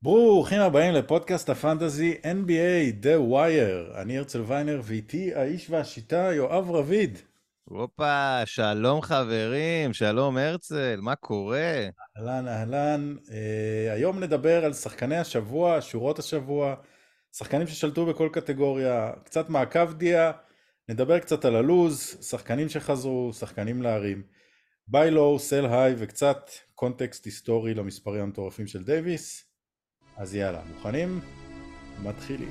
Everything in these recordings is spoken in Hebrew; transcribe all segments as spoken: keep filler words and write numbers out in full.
ברוכים הבאים לפודקאסט הפנטזי אן בי איי The Wire. אני הרצל ויינר ואיתי האיש והשיטה יואב רביד. הופה, שלום חברים, שלום הרצל, מה קורה? אהלן אהלן. אה, היום נדבר על שחקני השבוע, שורות השבוע, שחקנים ששלטו בכל קטגוריה, קצת מעקב דיה, נדבר קצת על הלוז, שחקנים שחזרו, שחקנים להרים, ביי לואו, סל היי וקצת קונטקסט היסטורי למספרים המטורפים של דייביס. אז יאללה, מוכנים? מתחילים.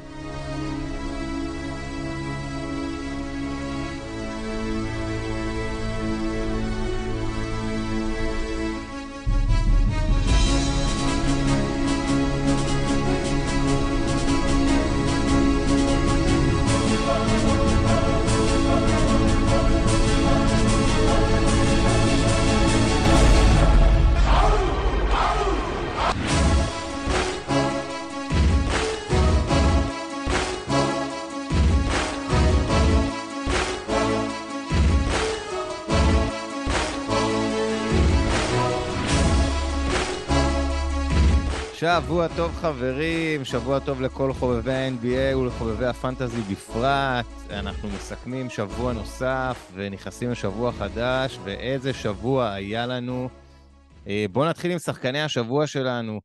שבוע טוב חברים, שבוע טוב לכל חובבי ה-אן בי איי ולחובבי הפנטזי בפרט. אנחנו מסכמים שבוע נוסף ונכנסים לשבוע חדש, ואיזה שבוע היה לנו. בואו נתחיל עם שחקני השבוע שלנו,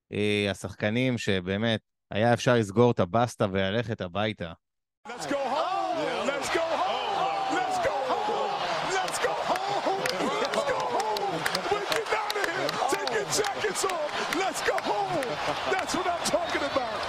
השחקנים שבאמת היה אפשר לסגור את הבסטה וללכת הביתה. Let's go home! Let's go home! Let's go home! Let's go home! Let's go home! We're getting out of here! Take your jackets off! Let's go home! That's what I'm talking about!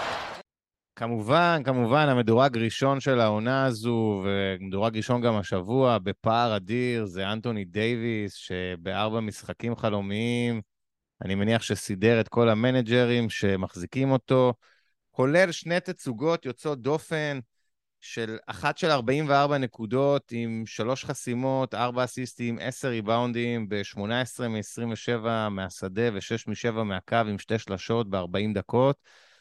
כמובן, כמובן, המדורג ראשון של העונה הזו, ומדורג ראשון גם השבוע, בפער אדיר, זה אנטוני דייביס, שבארבע משחקים חלומיים, אני מניח שסידר את כל המנג'רים שמחזיקים אותו, כולל שני תצוגות יוצאות דופן, של אחת של ארבעים וארבע נקודות, עם שלוש חסימות, ארבע אסיסטים, עשר ריבאונדים, ב-שמונה עשרה מ-עשרים ושבע מהשדה, ו-שש משבע מהקו, עם שתי שלשות ב-ארבעים דקות,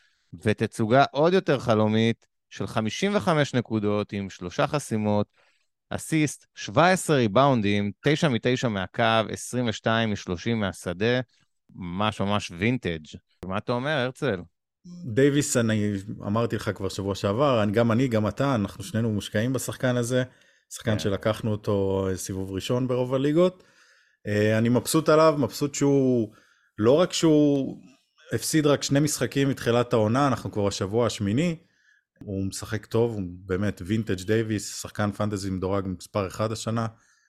ותצוגה עוד יותר חלומית של חמישים וחמש נקודות עם שלושה חסימות, אסיסט, שבע עשרה ריבאונדים, תשע מתשע מהקו, עשרים ושתיים מ-שלושים מהשדה, ממש ממש וינטג'. מה אתה אומר, הרצל? דייביס, אני אמרתי לך כבר שבוע שעבר, אני, גם אני, גם אתה, אנחנו שנינו מושקעים בשחקן הזה, שחקן כן. שלקחנו אותו סיבוב ראשון ברוב הליגות. אני מבסוט עליו, מבסוט שהוא, לא רק שהוא הפסיד רק שני משחקים מתחילת העונה, אנחנו כבר השבוע השמיני, הוא משחק טוב, הוא באמת וינטג' דייביס, שחקן פנטזי מדורג מספר אחד השנה.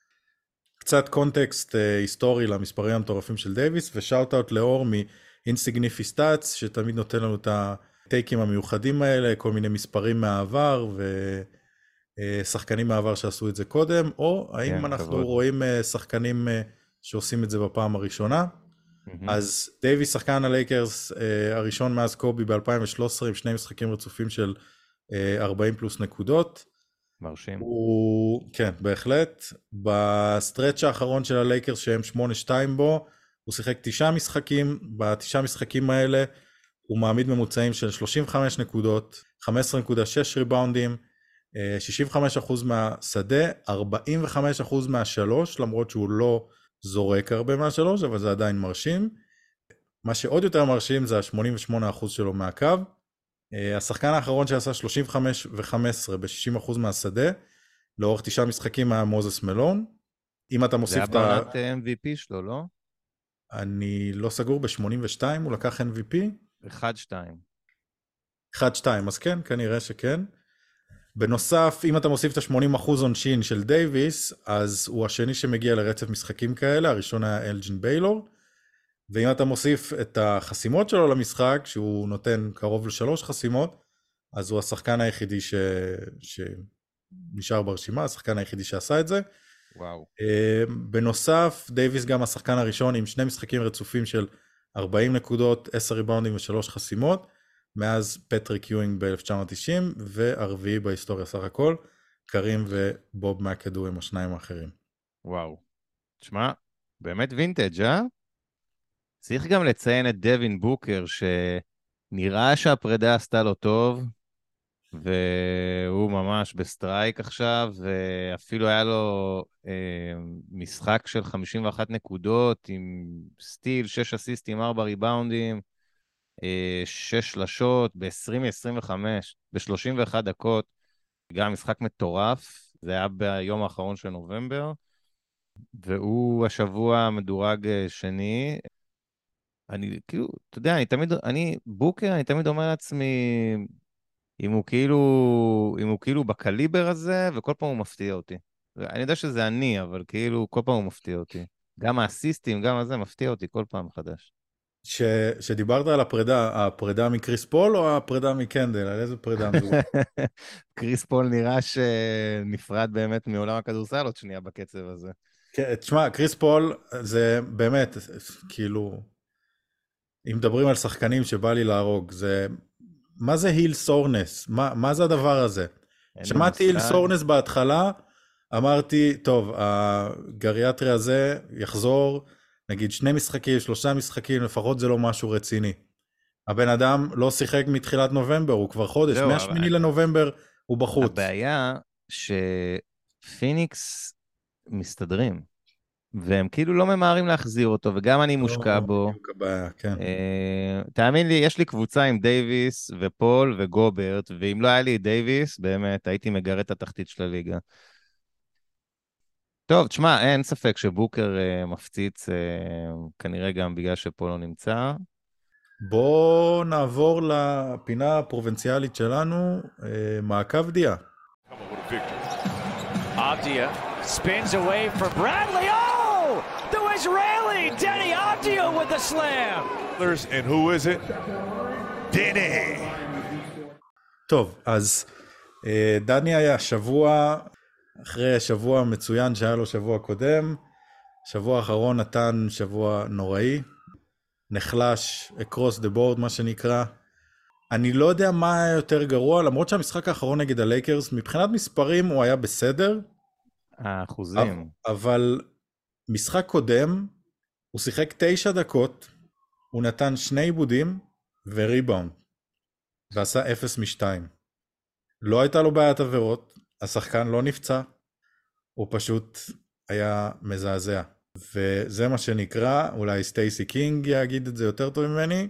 קצת קונטקסט היסטורי למספרים המטורפים של דייביס, ושאוט אאוט לאור מאינסיגניפי סטאצ, שתמיד נותן לנו את הטייקים המיוחדים האלה, כל מיני מספרים מהעבר, ושחקנים מהעבר שעשו את זה קודם, או האם כן, אנחנו כבוד. רואים שחקנים שעושים את זה בפעם הראשונה. מהמם. אז דייביס, שחקן הלייקרס הראשון מאז קובי ב-אלפיים ושלוש עשרה, עם שני משחקים רצופים של ארבעים פלוס נקודות. מרשים. הוא, כן, בהחלט. בסטרץ' האחרון של הלייקרס שהם שמונה שתיים בו, הוא שיחק תשעה משחקים, בתשעה משחקים האלה הוא מעמיד ממוצעים של שלושים וחמש נקודות, חמש עשרה נקודה שש ריבאונדים, שישים וחמישה אחוז מהשדה, ארבעים וחמישה אחוז מהשלוש, למרות שהוא לא זורק הרבה מהשלוש, אבל זה עדיין מרשים. מה שעוד יותר מרשים זה ה-שמונים ושמונה אחוז שלו מהקו. השחקן האחרון שעשה שלושים וחמש ו-חמש עשרה ב-שישים אחוז מהשדה, לאורך תשעה משחקים היה מוזס מלון. אם אתה זה מוסיף היה את ה... בעונת אם וי פי שלו, לא? אני לא סגור, ב-שמונים ושתיים הוא לקח אם וי פי. אחד שתיים. אחד שתיים, אז כן, כנראה שכן. בנוסף, אם אתה מוסיף את ה-שמונים אחוז עונשין של דייביס, אז הוא השני שמגיע לרצף משחקים כאלה, הראשון היה אלג'ין ביילור, ואם אתה מוסיף את החסימות שלו למשחק, שהוא נותן קרוב לשלוש חסימות, אז הוא השחקן היחידי ש... שנשאר ברשימה, השחקן היחידי שעשה את זה. וואו. בנוסף, דייביס גם השחקן הראשון עם שני משחקים רצופים של ארבעים נקודות, עשר ריבאונדים ושלוש חסימות, מאז פטריק יואינג ב-אלף תשע מאות תשעים, והרביעי בהיסטוריה סך הכל, קרים ובוב מקדו עם השניים האחרים. וואו. תשמע, באמת וינטג', אה? צריך גם לציין את דווין בוקר, שנראה שהפרידה עשתה לו טוב, והוא ממש בסטרייק עכשיו, ואפילו היה לו אה, משחק של חמישים ואחת נקודות, עם סטיל, שש אסיסטים, ארבע ריבאונדים, שש שלשות ב-עשרים עשרים וחמש, ב-שלושים ואחת דקות, גם משחק מטורף, זה היה ביום האחרון של נובמבר, והוא השבוע מדורג שני. אני כאילו, אתה יודע, אני תמיד, אני בוקר, אני תמיד אומר לעצמי, אם הוא כאילו, אם הוא כאילו בקליבר הזה, וכל פעם הוא מפתיע אותי. אני יודע שזה אני, אבל כאילו כל פעם הוא מפתיע אותי. גם האסיסטים, גם הזה, מפתיע אותי כל פעם מחדש. ש... שדיברת על הפרידה, הפרידה מקריס פול או הפרידה מקנדל? על איזה פרידה מדובר? קריס פול נראה שנפרד באמת מעולם הכדורסל עוד שנייה בקצב הזה. כן, תשמע, קריס פול זה באמת, כאילו, אם מדברים על שחקנים שבא לי להרוג, זה, מה זה היל סורנס? מה, מה זה הדבר הזה? שמעתי היל סורנס בהתחלה, אמרתי, טוב, הגריאטרי הזה יחזור, נגיד שני משחקים, שלושה משחקים, לפחות זה לא משהו רציני. הבן אדם לא שיחק מתחילת נובמבר, הוא כבר חודש, מהשמיני לנובמבר הוא בחוץ. הבעיה שפיניקס מסתדרים, והם כאילו לא ממהרים להחזיר אותו, וגם אני מושקע בו. תאמין לי, יש לי קבוצה עם דייביס ופול וגוברט, ואם לא היה לי דייביס, באמת הייתי מגרד את התחתית של הליגה. טוב, תשמע, אין ספק שבוקר מפציץ, כנראה גם בגלל שפול לא נמצא. בואו נעבור לפינה הפרובינציאלית שלנו, מעקב דיה. Avdia spins away for Bradley. Oh, the Israeli Denny Avdia with the slam. And who is it? Denny. טוב, אז דני היה שבוע, אחרי שבוע מצוין שהיה לו שבוע קודם, שבוע האחרון נתן שבוע נוראי, נחלש across the board מה שנקרא. אני לא יודע מה היה יותר גרוע, למרות שהמשחק האחרון נגד הלייקרס, מבחינת מספרים הוא היה בסדר. האחוזים. אבל משחק קודם, הוא שיחק תשע דקות, הוא נתן שני עיבודים וריבאונד, ועשה אפס משתיים. לא הייתה לו בעיית עבירות, השחקן לא נפצע, הוא פשוט היה מזעזע. וזה מה שנקרא, אולי סטייסי קינג יגיד את זה יותר טוב ממני.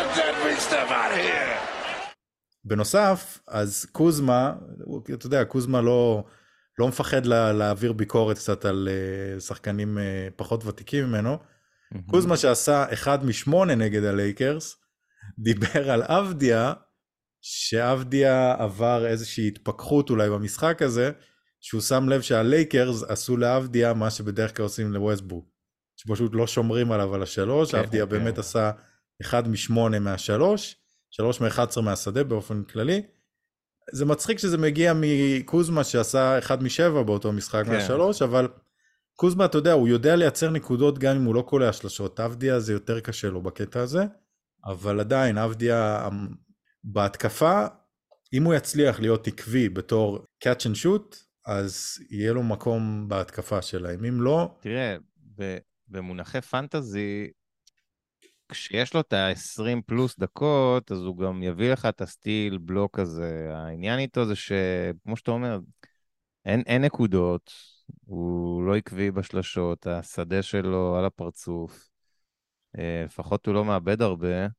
בנוסף, אז קוזמה, אתה יודע, קוזמה לא, לא מפחד לה, להעביר ביקורת קצת על uh, שחקנים uh, פחות ותיקים ממנו. Mm-hmm. קוזמה שעשה אחד משמונה נגד הלייקרס, דיבר על אבדיה, שאבדיה עבר איזושהי התפכחות אולי במשחק הזה, שהוא שם לב שהלייקרס עשו לאבדיה מה שבדרך כלל עושים לווסטברוק, שפשוט לא שומרים עליו על השלוש, okay, אבדיה okay. באמת עשה אחד משמונה מהשלוש, שלוש מאחת עשרה מהשדה באופן כללי. זה מצחיק שזה מגיע מקוזמה שעשה אחד משבע באותו משחק כן. מהשלוש, אבל קוזמה, אתה יודע, הוא יודע לייצר נקודות גם אם הוא לא קולע שלשות. אבדיה זה יותר קשה לו בקטע הזה, אבל עדיין אבדיה בהתקפה, אם הוא יצליח להיות עקבי בתור catch and shoot, אז יהיה לו מקום בהתקפה שלהם. אם לא... תראה, במונחי פנטזי, כשיש לו את ה-עשרים פלוס דקות, אז הוא גם יביא לך את הסטיל בלוק הזה. העניין איתו זה שכמו שאתה אומר, אין, אין נקודות, הוא לא עקבי בשלשות, השדה שלו על הפרצוף, לפחות הוא לא מאבד הרבה,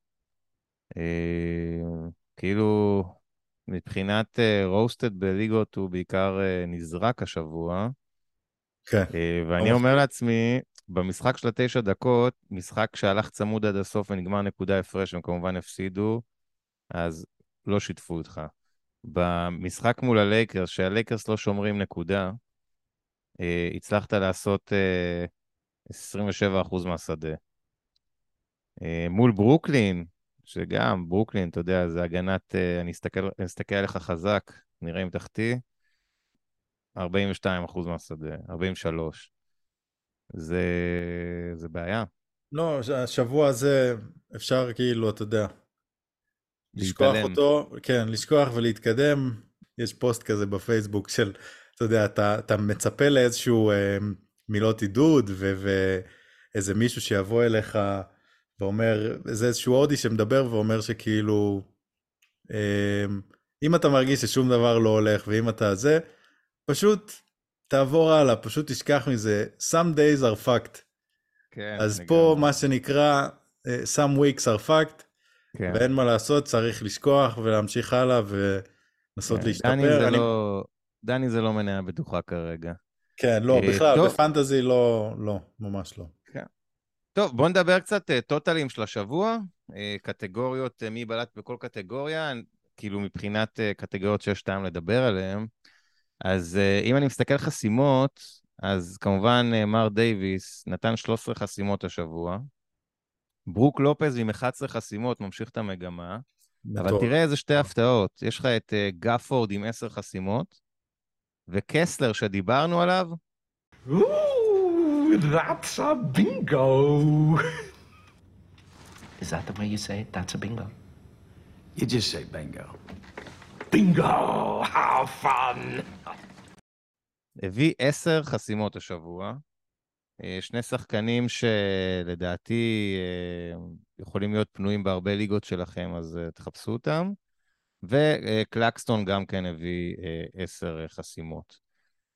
כאילו מבחינת רוסטד בליגות הוא בעיקר נזרק השבוע, כן. ואני אומר לעצמי, במשחק של התשע דקות, משחק שהלך צמוד עד הסוף ונגמר נקודה הפרש, הם כמובן הפסידו, אז לא שיתפו אותך. במשחק מול הלייקרס, שהלייקרס לא שומרים נקודה, הצלחת לעשות עשרים ושבע אחוז מהשדה. מול ברוקלין, שגם ברוקלין, אתה יודע, זה הגנת, אני אסתכל, אני אסתכל עליך חזק, נראה עם תחתי, ארבעים ושתיים אחוז מהשדה, ארבעים ושלוש. זה, זה בעיה. לא, השבוע הזה אפשר כאילו, אתה יודע, לשכוח אותו, כן, לשכוח ולהתקדם. יש פוסט כזה בפייסבוק של, אתה יודע, אתה, אתה מצפה לאיזשהו אה, מילות עידוד, ו, ואיזה מישהו שיבוא אליך ואומר, זה איזשהו אודי שמדבר ואומר שכאילו, אה, אם אתה מרגיש ששום דבר לא הולך, ואם אתה זה, פשוט תעבור הלאה, פשוט תשכח מזה, some days are fucked. כן, אז פה גם. מה שנקרא, some weeks are fucked, כן. ואין מה לעשות, צריך לשכוח ולהמשיך הלאה ולנסות כן. להשתפר. דני זה אני... לא, דני זה לא מניה בטוחה כרגע. כן, לא, אה, בכלל, טוב. בפנטזי לא, לא, ממש לא. כן. טוב, בוא נדבר קצת אה, טוטלים של השבוע, אה, קטגוריות, אה, מי בלט בכל קטגוריה, כאילו מבחינת אה, קטגוריות שיש טעם לדבר עליהן. אז אה, אם אני מסתכל חסימות, אז כמובן אה, מר דייביס נתן שלוש עשרה חסימות השבוע, ברוק לופז עם אחת עשרה חסימות ממשיך את המגמה, אבל מטורף. תראה איזה שתי הפתעות, יש לך את אה, גפורד עם עשר חסימות, וקסלר שדיברנו עליו, Ooh, that's a bingo. Is that the way you say it? That's a bingo. You just say bingo. Bingo! How fun! הביא עשר חסימות השבוע, שני שחקנים שלדעתי יכולים להיות פנויים בהרבה ליגות שלכם, אז תחפשו אותם, וקלקסטון גם כן הביא עשר חסימות.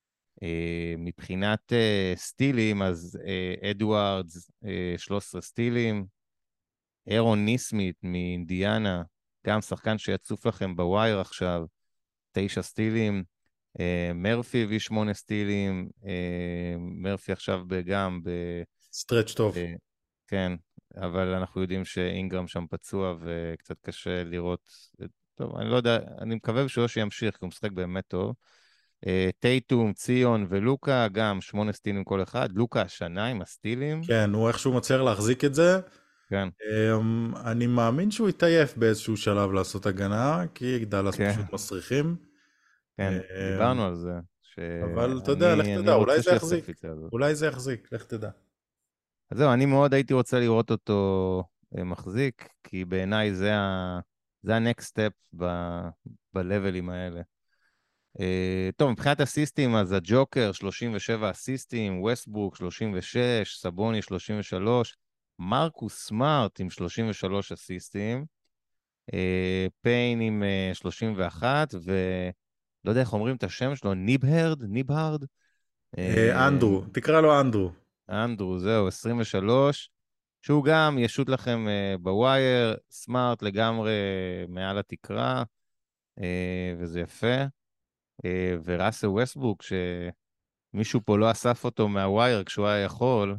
מבחינת סטילים, אז אדוארדס שלוש עשרה סטילים, אירון ניסמית מאינדיאנה, גם שחקן שיצוף לכם בווייר עכשיו, תשע סטילים, מרפי הביא שמונה סטילים, מרפי עכשיו גם ב... סטרץ' טוב. כן, אבל אנחנו יודעים שאינגרם שם פצוע וקצת קשה לראות, טוב, אני לא יודע, אני מקווה בשביל שימשיך, כי הוא משחק באמת טוב. טייטום, ציון ולוקה, גם שמונה סטילים כל אחד, לוקה השנה עם הסטילים. כן, הוא איכשהו מצליח להחזיק את זה. כן. אני מאמין שהוא יתעייף באיזשהו שלב לעשות הגנה, כי דאלאס פשוט מסריחים. כן, דיברנו על זה. אבל אתה יודע, לך תדע, אולי זה יחזיק. אולי זה יחזיק, לך תדע. אז זהו, אני מאוד הייתי רוצה לראות אותו מחזיק, כי בעיניי זה ה-next step ב-לבלים האלה. טוב, מבחינת אסיסטים, אז הג'וקר שלושים ושבע אסיסטים, ווסטברוק שלושים ושש, סבוני שלושים ושלוש, מרקוס סמארט עם שלושים ושלוש אסיסטים, פיין עם שלושים ואחת, ולא יודע איך אומרים את השם שלו, ניבהרד, ניבהרד? אנדרו, תקרא לו אנדרו. אנדרו, זהו, עשרים ושלוש, שהוא גם ישוט לכם בווייר, סמארט לגמרי מעל התקרה, וזה יפה. וראסל ווסטברוק, שמישהו פה לא אסף אותו מהווייר כשהוא היה יכול,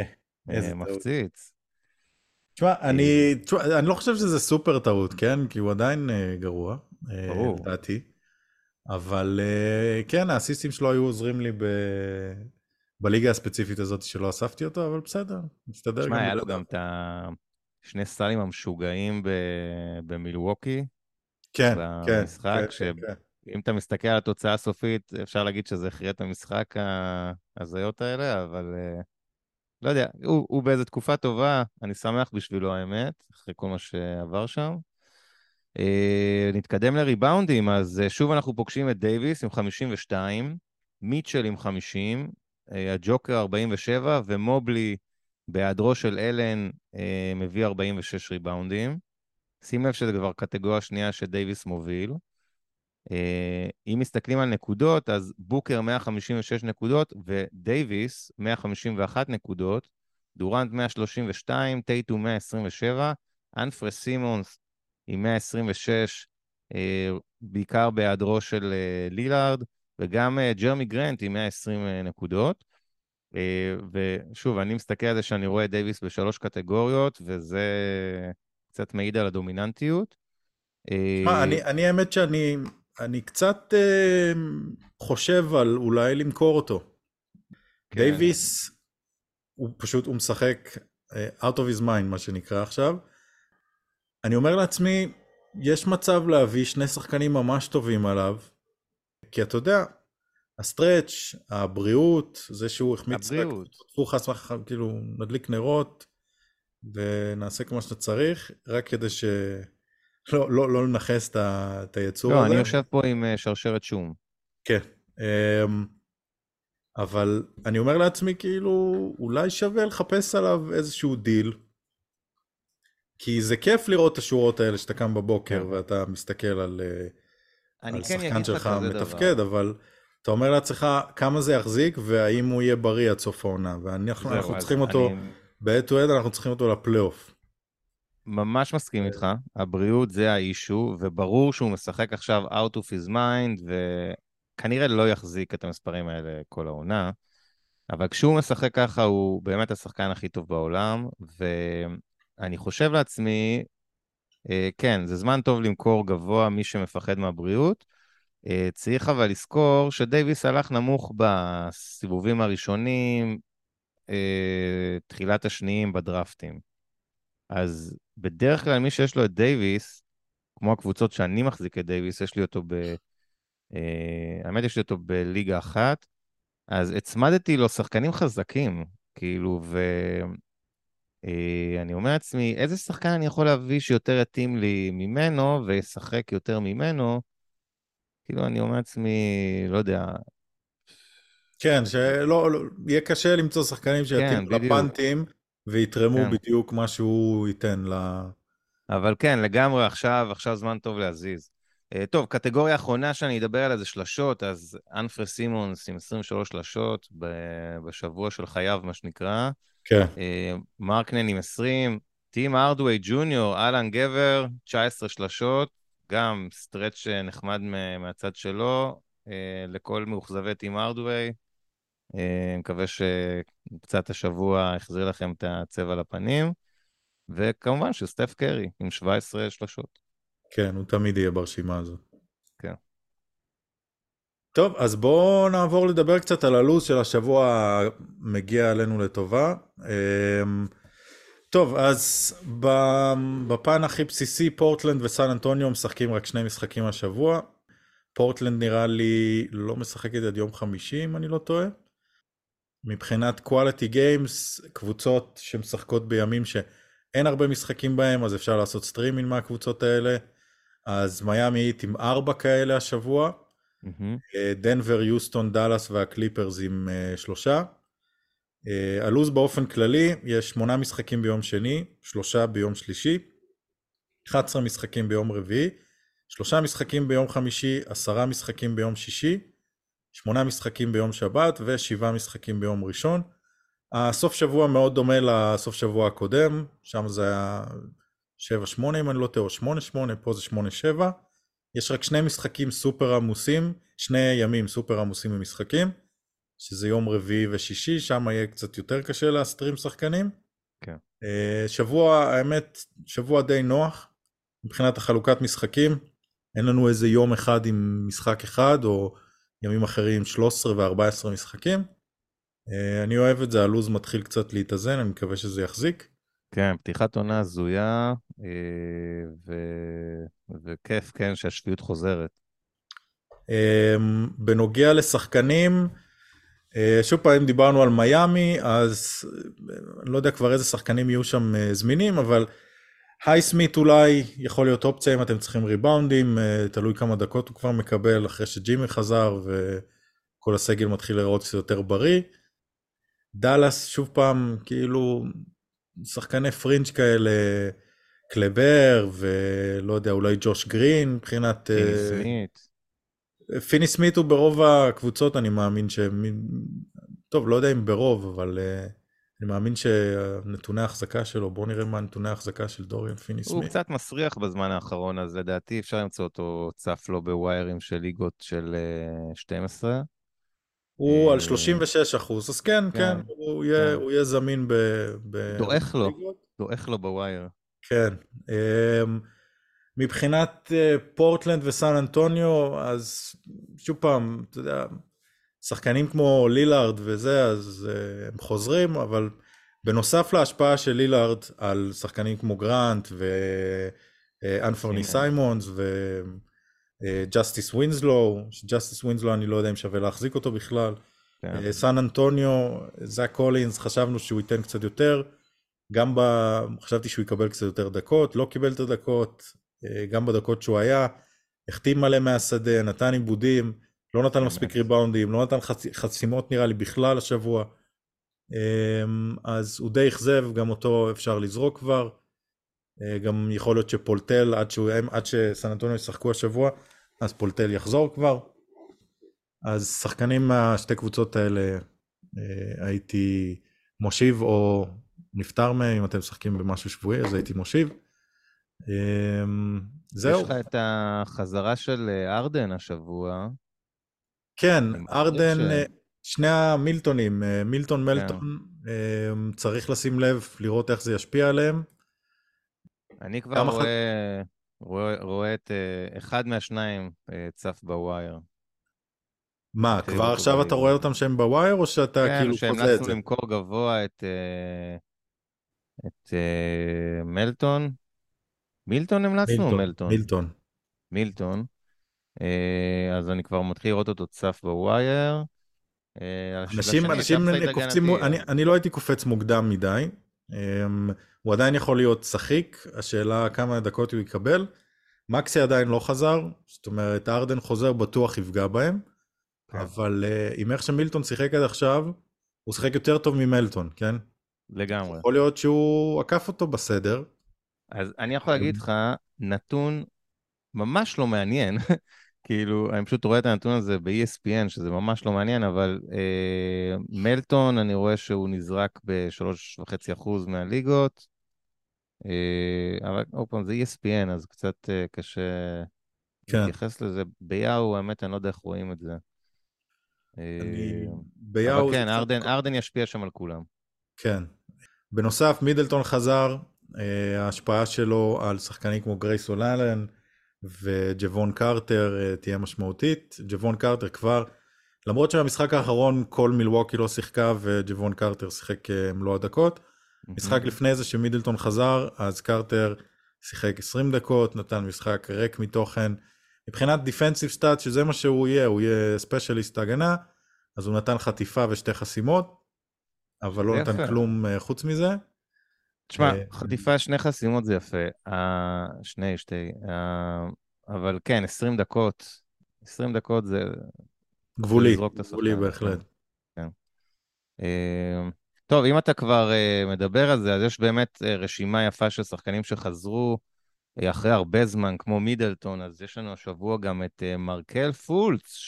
מפציץ. תשמע, אני, אני לא חושב שזה סופר טעות, כן? כי הוא עדיין גרוע, לדעתי. אבל כן, האסיסטים שלו היו עוזרים לי ב... בליגה הספציפית הזאת שלא אספתי אותו, אבל בסדר, מסתדר. תשמע, היה לו גם את השני סטלים המשוגעים במילווקי. כן, כן. במשחק, שאם אתה מסתכל על התוצאה הסופית, אפשר להגיד שזה הכריע את המשחק ההזיות האלה, אבל לא יודע, הוא, הוא באיזו תקופה טובה, אני שמח בשבילו האמת, אחרי כל מה שעבר שם. נתקדם לריבאונדים, אז שוב אנחנו פוגשים את דייביס עם חמישים ושתיים, מיטשל עם חמישים, הג'וקר ארבעים ושבע, ומובלי בהיעדרו של אלן מביא ארבעים ושש ריבאונדים. שים לב שזה כבר קטגוריה שנייה שדייביס מוביל. אם מסתכלים על נקודות, אז בוקר מאה חמישים ושש נקודות, ודייביס מאה חמישים ואחת נקודות, דורנט מאה שלושים ושתיים, טייטום מאה עשרים ושבע, אנפרס סימונס עם מאה עשרים ושש, בעיקר בהיעדרו של לילארד, וגם ג'רמי גרנט עם מאה ועשרים נקודות. ושוב, אני מסתכל על זה שאני רואה את דייביס בשלוש קטגוריות, וזה קצת מעיד על הדומיננטיות. מה, אני, אני האמת שאני אני קצת אה, חושב על אולי למכור אותו. כן. דייביס, הוא פשוט, הוא משחק uh, out of his mind, מה שנקרא עכשיו. אני אומר לעצמי, יש מצב להביא שני שחקנים ממש טובים עליו, כי אתה יודע, הסטרץ', הבריאות, זה שהוא החמיץ, תפו חס וחס, כאילו נדליק נרות, ונעשה כמו שאתה צריך, רק כדי ש... לא, לא, לא לנחס את היצור לא, הזה. אני יושב פה עם שרשרת שום. כן. אבל אני אומר לעצמי, כאילו, אולי שווה לחפש עליו איזשהו דיל, כי זה כיף לראות את השורות האלה שאתה קם בבוקר, ואתה מסתכל על, על שחקן שלך מתפקד, אבל אתה אומר לעצמך כמה זה יחזיק, והאם הוא יהיה בריא עד סוף העונה, ואנחנו צריכים אותו, בעת ועד אנחנו צריכים אותו לפלייאוף. ממש מסכים איתך, הבריאות זה האישו, וברור שהוא משחק עכשיו out of his mind, וכנראה לא יחזיק את המספרים האלה כל העונה, אבל כשהוא משחק ככה הוא באמת השחקן הכי טוב בעולם, ואני חושב לעצמי, כן, זה זמן טוב למכור גבוה מי שמפחד מהבריאות, צריך אבל לזכור שדייביס הלך נמוך בסיבובים הראשונים, תחילת השניים בדרפטים. אז בדרך כלל מי שיש לו את דייביס, כמו הקבוצות שאני מחזיק את דייביס, יש לי אותו ב... האמת יש לי אותו בליגה אחת, אז הצמדתי לו שחקנים חזקים, כאילו, ואני אומר לעצמי, איזה שחקן אני יכול להביא שיותר יתאים לי ממנו, וישחק יותר ממנו, כאילו אני אומר לעצמי, לא יודע. כן, שלא, לא, יהיה קשה למצוא שחקנים שיתאים כן, לפנטים, ויתרמו כן. בדיוק מה שהוא ייתן ל... אבל כן, לגמרי עכשיו, עכשיו זמן טוב להזיז. Uh, טוב, קטגוריה האחרונה שאני אדבר עליה זה שלשות, אז אנפרי סימונס עם עשרים ושלוש שלשות בשבוע של חייו, מה שנקרא. כן. Uh, מרקנן עם עשרים, טים ארדווי ג'וניור, אלן גבר, תשע עשרה שלשות, גם סטרץ' נחמד מהצד שלו, uh, לכל מאוכזבי טים ארדווי. Uh, מקווה שקצת השבוע יחזיר לכם את הצבע לפנים. וכמובן שסטף קרי עם שבע עשרה שלשות. כן, הוא תמיד יהיה ברשימה הזו. כן. טוב, אז בואו נעבור לדבר קצת על הלו"ז של השבוע מגיע עלינו לטובה. טוב, אז בפן הכי בסיסי, פורטלנד וסן אנטוניו משחקים רק שני משחקים השבוע. פורטלנד נראה לי לא משחקת עד יום חמישי, אם אני לא טועה. מבחינת quality games, קבוצות שמשחקות בימים שאין הרבה משחקים בהם, אז אפשר לעשות סטרימינג מהקבוצות האלה. אז מיאמי היט עם ארבע כאלה השבוע. Mm-hmm. דנבר, יוסטון, דלס והקליפרס עם uh, שלושה. Uh, הלוז באופן כללי, יש שמונה משחקים ביום שני, שלושה ביום שלישי, אחד עשר משחקים ביום רביעי, שלושה משחקים ביום חמישי, עשרה משחקים ביום שישי, שמונה משחקים ביום שבת ושבעה משחקים ביום ראשון. הסוף שבוע מאוד דומה לסוף שבוע הקודם, שם זה היה שבע שמונה אם אני לא טועה, שמונה שמונה, פה זה שמונה שבע. יש רק שני משחקים סופר עמוסים, שני ימים סופר עמוסים במשחקים, שזה יום רביעי ושישי, שם יהיה קצת יותר קשה להסטרים שחקנים. כן. שבוע, האמת, שבוע די נוח, מבחינת החלוקת משחקים, אין לנו איזה יום אחד עם משחק אחד, או ימים אחרים שלוש עשרה ו-ארבע עשרה משחקים. אני אוהב את זה, הלוז מתחיל קצת להתאזן, אני מקווה שזה יחזיק. כן, פתיחת עונה זויה, ו... וכיף, כן, שהשפיות חוזרת. בנוגע לשחקנים, שוב פעם דיברנו על מיאמי, אז אני לא יודע כבר איזה שחקנים יהיו שם זמינים, אבל הייסמית אולי יכול להיות אופציה אם אתם צריכים ריבאונדים, תלוי כמה דקות הוא כבר מקבל אחרי שג'ימי חזר וכל הסגל מתחיל לראות קצת יותר בריא. דלס שוב פעם כאילו שחקני פרינג' כאלה, קלבר ולא יודע אולי ג'וש גרין מבחינת... פיני סמית. פיני סמית הוא ברוב הקבוצות אני מאמין ש... טוב לא יודע אם ברוב אבל... אני מאמין שנתוני ההחזקה שלו, בואו נראה מה נתוני ההחזקה של דוריאן פיני סמית. הוא קצת מסריח בזמן האחרון, אז לדעתי אפשר למצוא אותו צף לו בוויירים של ליגות של שתים עשרה. הוא על שלושים ושש אחוז, אז כן, כן, הוא יהיה זמין ב... דואך לו, דואך לו בווייר. כן. מבחינת פורטלנד וסן אנטוניו, אז שוב פעם, אתה יודע... שחקנים כמו לילארד וזה, אז uh, הם חוזרים, אבל בנוסף להשפעה של לילארד על שחקנים כמו גרנט ואנפורני סיימונס וג'סטיס ווינסלו, שג'סטיס ווינסלו אני לא יודע אם שווה להחזיק אותו בכלל, סן אנטוניו, זאק קולינס, חשבנו שהוא ייתן קצת יותר, גם ב... חשבתי שהוא יקבל קצת יותר דקות, לא קיבל את הדקות, גם בדקות שהוא היה, החתים מלא מהשדה, נתן עיבודים, לא נתן מספיק ריבאונדים, לא נתן חסימות נראה לי בכלל השבוע, אז הוא די אכזב, גם אותו אפשר לזרוק כבר, גם יכול להיות שפולטל, עד, שהוא, עד שסן אנטוניו ישחקו השבוע, אז פולטל יחזור כבר, אז שחקנים מהשתי קבוצות האלה הייתי מושיב, או נפטר מהם, אם אתם משחקים במשהו שבועי, אז הייתי מושיב, אמ, זהו. יש לך את החזרה של אה, ארדן השבוע. כן, אני מניח ארדן, ש... אה, שני המילטונים, אה, מילטון כן. מלטון, אמ, צריך לשים לב, לראות איך זה ישפיע עליהם. אני כבר גם אחת- רואה, רואה, רואה את אה, אחד מהשניים אה, צף בווייר. מה, מתחיל כבר אותו עכשיו אתה באימון. רואה אותם שהם בווייר, או שאתה כן, כאילו חוזה את שהמלצנו זה? למכור גבוה את, אה, את אה, מלטון. מילטון המלצנו או מילטון, מלטון? מילטון. מילטון. אה, אז אני כבר מתחיל לראות אותו צף בווייר. אה, הש- אנשים, לשני יש אנשים אפסייד קופצים, הגנתי. אני, אני לא הייתי קופץ מוקדם מדי. אמ, הוא עדיין יכול להיות שחיק, השאלה כמה דקות הוא יקבל. מקסי עדיין לא חזר, זאת אומרת, ארדן חוזר בטוח יפגע בהם, כן. אבל uh, עם איך שמילטון שיחק עד עכשיו, הוא שיחק יותר טוב ממלטון, כן? לגמרי. יכול להיות שהוא עקף אותו בסדר. אז אני יכול להגיד לך, נתון ממש לא מעניין, כאילו, אני פשוט רואה את הנתון הזה ב-E S P N, שזה ממש לא מעניין, אבל אה, מלטון, אני רואה שהוא נזרק ב-שלוש נקודה חמש אחוז מהליגות, אה, אבל עוד פעם, זה E S P N, אז קצת אה, קשה כן. להתייחס לזה. ביאו, האמת, אני לא יודע איך רואים את זה. אני... אה, ביאו אבל זה כן, קצת- ארדן, ארדן ישפיע שם על כולם. כן. בנוסף, מידלטון חזר, אה, ההשפעה שלו על שחקנים כמו גרייס אוללן וג'וון קרטר אה, תהיה משמעותית. ג'וון קרטר כבר, למרות שהמשחק האחרון כל מילווקי לא שיחקה וג'וון קרטר שיחק אה, מלוא הדקות, משחק לפני זה שמידלטון חזר, אז קרטר שיחק עשרים דקות, נתן משחק ריק מתוכן. מבחינת דיפנסיב סטאט, שזה מה שהוא יהיה, הוא יהיה ספיישליסט הגנה, אז הוא נתן חטיפה ושתי חסימות, אבל לא זה נתן יפה. כלום אה, חוץ מזה. תשמע, אה, חטיפה, שני חסימות זה יפה. אה, שני, שתי. אה, אבל כן, עשרים דקות. עשרים דקות זה... גבולי, לזרוק את גבולי השחקן. בהחלט. כן. אה, טוב, אם אתה כבר אה, מדבר על זה, אז יש באמת אה, רשימה יפה של שחקנים שחזרו אה, אחרי הרבה זמן, כמו מידלטון, אז יש לנו השבוע גם את אה, מרקל פולץ,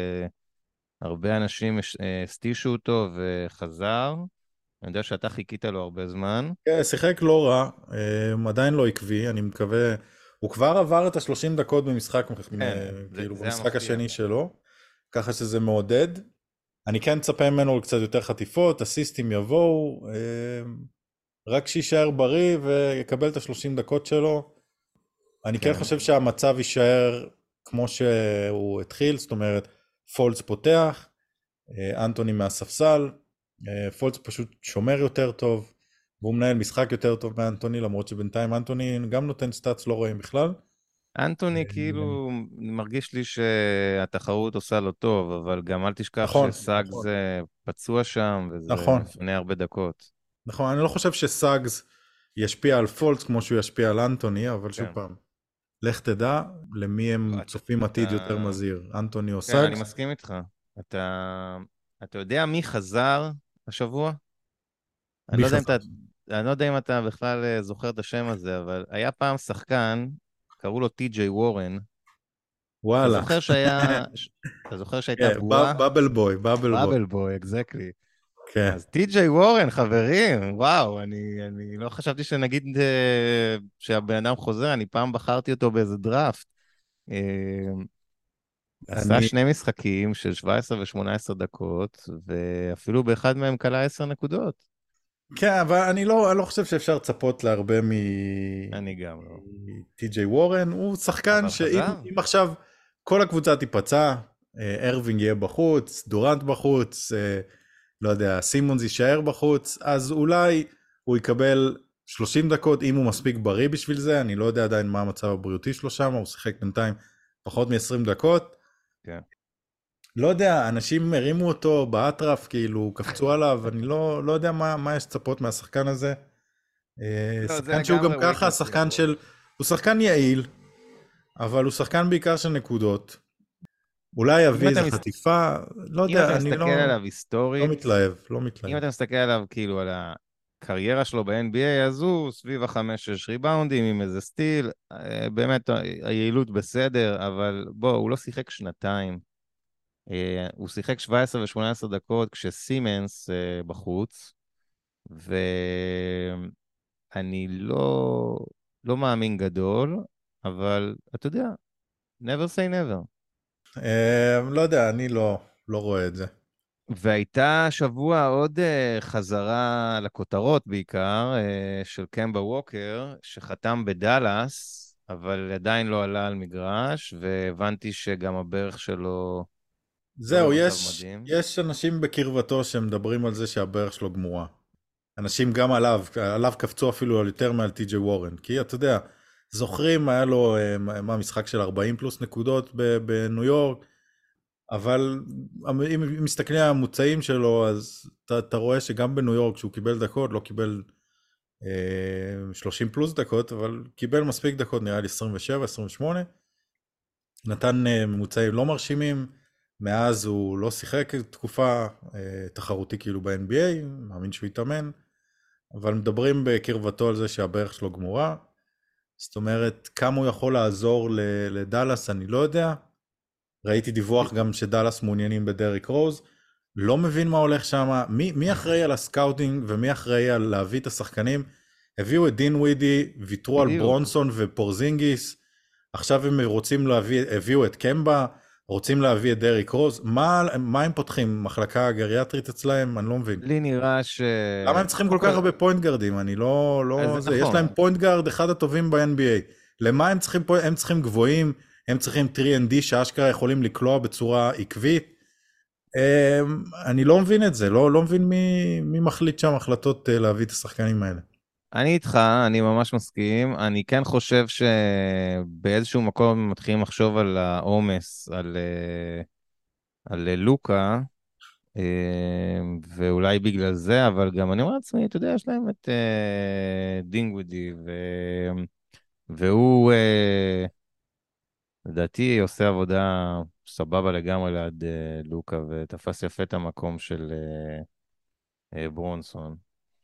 שהרבה אנשים הש- אה, הסטישו אותו וחזר. אני יודע שאתה חיכית לו הרבה זמן. כן, שיחק לא רע, אה, עדיין לא עקבי, אני מקווה, הוא כבר עבר את ה-שלושים דקות במשחק, אה, זה- כאילו זה במשחק המפתיע. השני שלו, ככה שזה מעודד. אני כן מצפה ממנו קצת יותר חטיפות, אסיסטים יבואו, אה, רק שישאר בריא ויקבל את ה-שלושים דקות שלו. אני כן כן. חושב שהמצב יישאר כמו שהוא התחיל, זאת אומרת, פולץ פותח, אה, אנטוני מהספסל, אה, פולץ פשוט שומר יותר טוב, והוא מנהל משחק יותר טוב מאנטוני, למרות שבינתיים אנטוני גם נותן סטאצ לא רואים בכלל. אנטוני כאילו מרגיש לי שהתחרות עושה לו טוב, אבל גם אל תשכח נכון, שסאגס נכון. פצוע שם, וזה נכון. מפנה הרבה דקות. נכון, אני לא חושב שסאגס ישפיע על פולץ כמו שהוא ישפיע על אנטוני, אבל שוב כן. פעם, לך תדע למי הם אתה- צופים עתיד אתה- יותר מזהיר, אנטוני או כן, אני סאגס. מסכים איתך. אתה, אתה יודע מי חזר השבוע? אני מי לא יודע אם חזר? אתה, אני לא יודע אם אתה בכלל אה, זוכר את השם הזה, אבל היה פעם שחקן, קראו לו טי.ג'יי וורן. אתה וואלה. זוכר שהיה, אתה זוכר שהייתה כן, בועה? ב- בבל בוי, בבל בוי. בבל בוי, אקזקלי. כן. אז טי.ג'יי וורן, חברים, וואו, אני, אני לא חשבתי שנגיד אה, שהבן אדם חוזר, אני פעם בחרתי אותו באיזה דראפט. אה, עשה אני- שני משחקים של שבע עשרה ו-שמונה עשרה דקות, ואפילו באחד מהם קלה עשר נקודות. כן, אבל אני לא, אני לא חושב שאפשר לצפות להרבה מ... אני גם לא. טי.ג'יי וורן, הוא שחקן אבל שאם חזר. אם עכשיו כל הקבוצה תיפצע, אה, ארווינג יהיה בחוץ, דורנט בחוץ, אה, לא יודע, סימונס יישאר בחוץ, אז אולי הוא יקבל שלושים דקות אם הוא מספיק בריא בשביל זה, אני לא יודע עדיין מה המצב הבריאותי שלו שם, הוא שיחק בינתיים פחות מ-עשרים דקות. כן. לא יודע, אנשים הרימו אותו באטרף, כאילו, קפצו עליו, אני לא, לא יודע מה, מה יש לצפות מהשחקן הזה. אה, לא, זה שחקן שהוא גם לגמרי ככה, weakness שחקן שלו. של, הוא שחקן יעיל, אבל הוא שחקן בעיקר של נקודות. אולי יביא אתה איזה מס- חטיפה, לא אם יודע, אתה אני מסתכל לא, עליו לא היסטורית, מתלהב, לא אם מתלהב. אתה מסתכל עליו כאילו על הקריירה שלו ב-אן בי איי, אז הוא סביב החמש-שש ריבאונדים עם איזה סטיל, אה, באמת היעילות בסדר, אבל בוא, הוא לא שיחק שנתיים. אה, הוא שיחק שבע עשרה ו-שמונה עשרה דקות כשסימנס אה, בחוץ, ואני לא, לא מאמין גדול, אבל אתה יודע, never say never. אה, לא יודע, אני לא, לא רואה את זה. והייתה שבוע עוד uh, חזרה לכותרות בעיקר, uh, של קמבה ווקר, שחתם בדלס, אבל עדיין לא עלה על מגרש, והבנתי שגם הברך שלו... זהו, לא במצב יש, מדהים. יש אנשים בקרבתו שמדברים על זה שהברך שלו גמורה. אנשים גם עליו, עליו קפצו אפילו על יותר מעל טי ג'יי וורן, כי אתה יודע, זוכרים, היה לו, אה, מה, משחק של ארבעים פלוס נקודות ב- בניו יורק, אבל אם מסתכלים על המוצאים שלו, אז אתה, אתה רואה שגם בניו יורק, שהוא קיבל דקות, לא קיבל אה, שלושים פלוס דקות, אבל קיבל מספיק דקות, נראה לי עשרים ושבע עשרים ושמונה, נתן אה, ממוצעים לא מרשימים, מאז הוא לא שיחק תקופה אה, תחרותי כאילו ב-אן בי איי, מאמין שהוא יתאמן, אבל מדברים בקרבתו על זה שהברך שלו גמורה, זאת אומרת, כמה הוא יכול לעזור ל- לדלס, אני לא יודע, ראיתי דיווח גם שדלס מעוניינים בדריק רוז, לא מבין מה הולך שם, מי, מי אחראי על הסקאוטינג ומי אחראי על להביא את השחקנים, הביאו את דין ווידי, ויתרו על בדיוק. ברונסון ופורזינגיס, עכשיו הם רוצים להביא, הביאו את קמבה, רוצים להביא את דריק רוז, מה, מה הם פותחים? מחלקה גריאטרית אצלהם? אני לא מבין. לי נראה ש... למה הם צריכים כל כך הרבה פוינט גארדים? אני לא... לא אז זה. נכון. יש להם פוינט גארד אחד הטובים ב-אן בי איי. למה הם צריכים פה? הם צריכים גבוהים, הם צריכים שלוש אנד די שאשכרה יכולים לקלוע בצורה עקבית. אמ, אני לא מבין את זה, לא, לא מבין מי, מי מחליט שם החלטות אה, להביא את השחקנים האלה. אני איתך, אני ממש מסכים. אני כן חושב שבאיזשהו מקום מתחילים לחשוב על העומס, על, אה, על אה, לוקה, אה, ואולי בגלל זה, אבל גם אני אומר לעצמי, אתה יודע, יש להם את אה, דינגווידי, ו... והוא, אה, לדעתי, עושה עבודה סבבה לגמרי ליד אה, לוקה, ותפס יפה את המקום של אה, אה, ברונסון.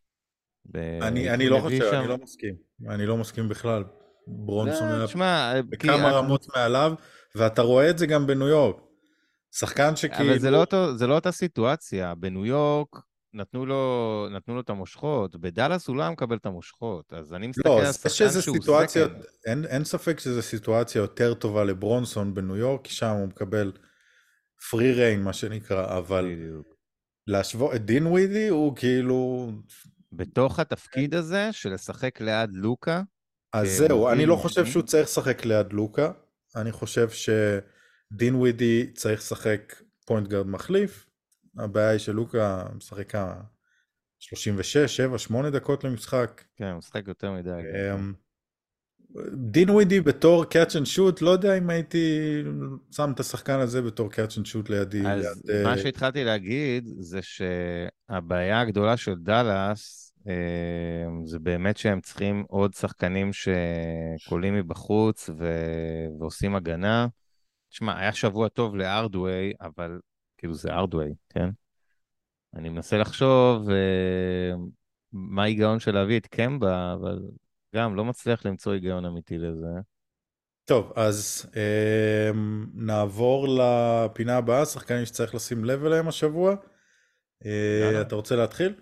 אני, אני לא חושב, אני לא מסכים. אני לא מסכים בכלל. ברונסון היה תשמע, בכמה רמות מעליו, ואתה רואה את זה גם בניו יורק. שחקן שכאילו... אבל זה לא, אותו, זה לא אותה סיטואציה. בניו יורק נתנו לו, נתנו לו את המושכות, בדלס הוא לא מקבל את המושכות, אז אני מסתכל לא, על שחקן שהוא סיטואציה, סקנד. אין, אין ספק שזו סיטואציה יותר טובה לברונסון בניו יורק, כי שם הוא מקבל פרי ריין, מה שנקרא, אבל בדיוק. להשוות את דין ווידי הוא כאילו... בתוך התפקיד הזה של לשחק ליד לוקה, אז כמוביל זהו, אני לא משני. חושב שהוא צריך לשחק ליד לוקה, אני חושב שדין ווידי צריך לשחק פוינט גארד מחליף, הבעיה היא שלוקה משחק שלושים ושש, שבע, שמונה דקות למשחק. כן, הוא משחק יותר מדי. אמ, דין ווידי בתור catch and shoot, לא יודע אם הייתי שם את השחקן הזה בתור catch and shoot לידי. אז ליד, מה אה, שהתחלתי להגיד זה שהבעיה הגדולה של דלס אה, זה באמת שהם צריכים עוד שחקנים שקולים מבחוץ ו- ועושים הגנה. תשמע, היה שבוע טוב לארדווי, אבל כאילו זה ארדווי, כן? אני מנסה לחשוב אה, מה ההיגיון של להביא את קמבה, אבל גם לא מצליח למצוא היגיון אמיתי לזה. טוב, אז אה, נעבור לפינה הבאה, שחקנים שצריך לשים לב אליהם השבוע. אה, יאללה. אתה רוצה להתחיל?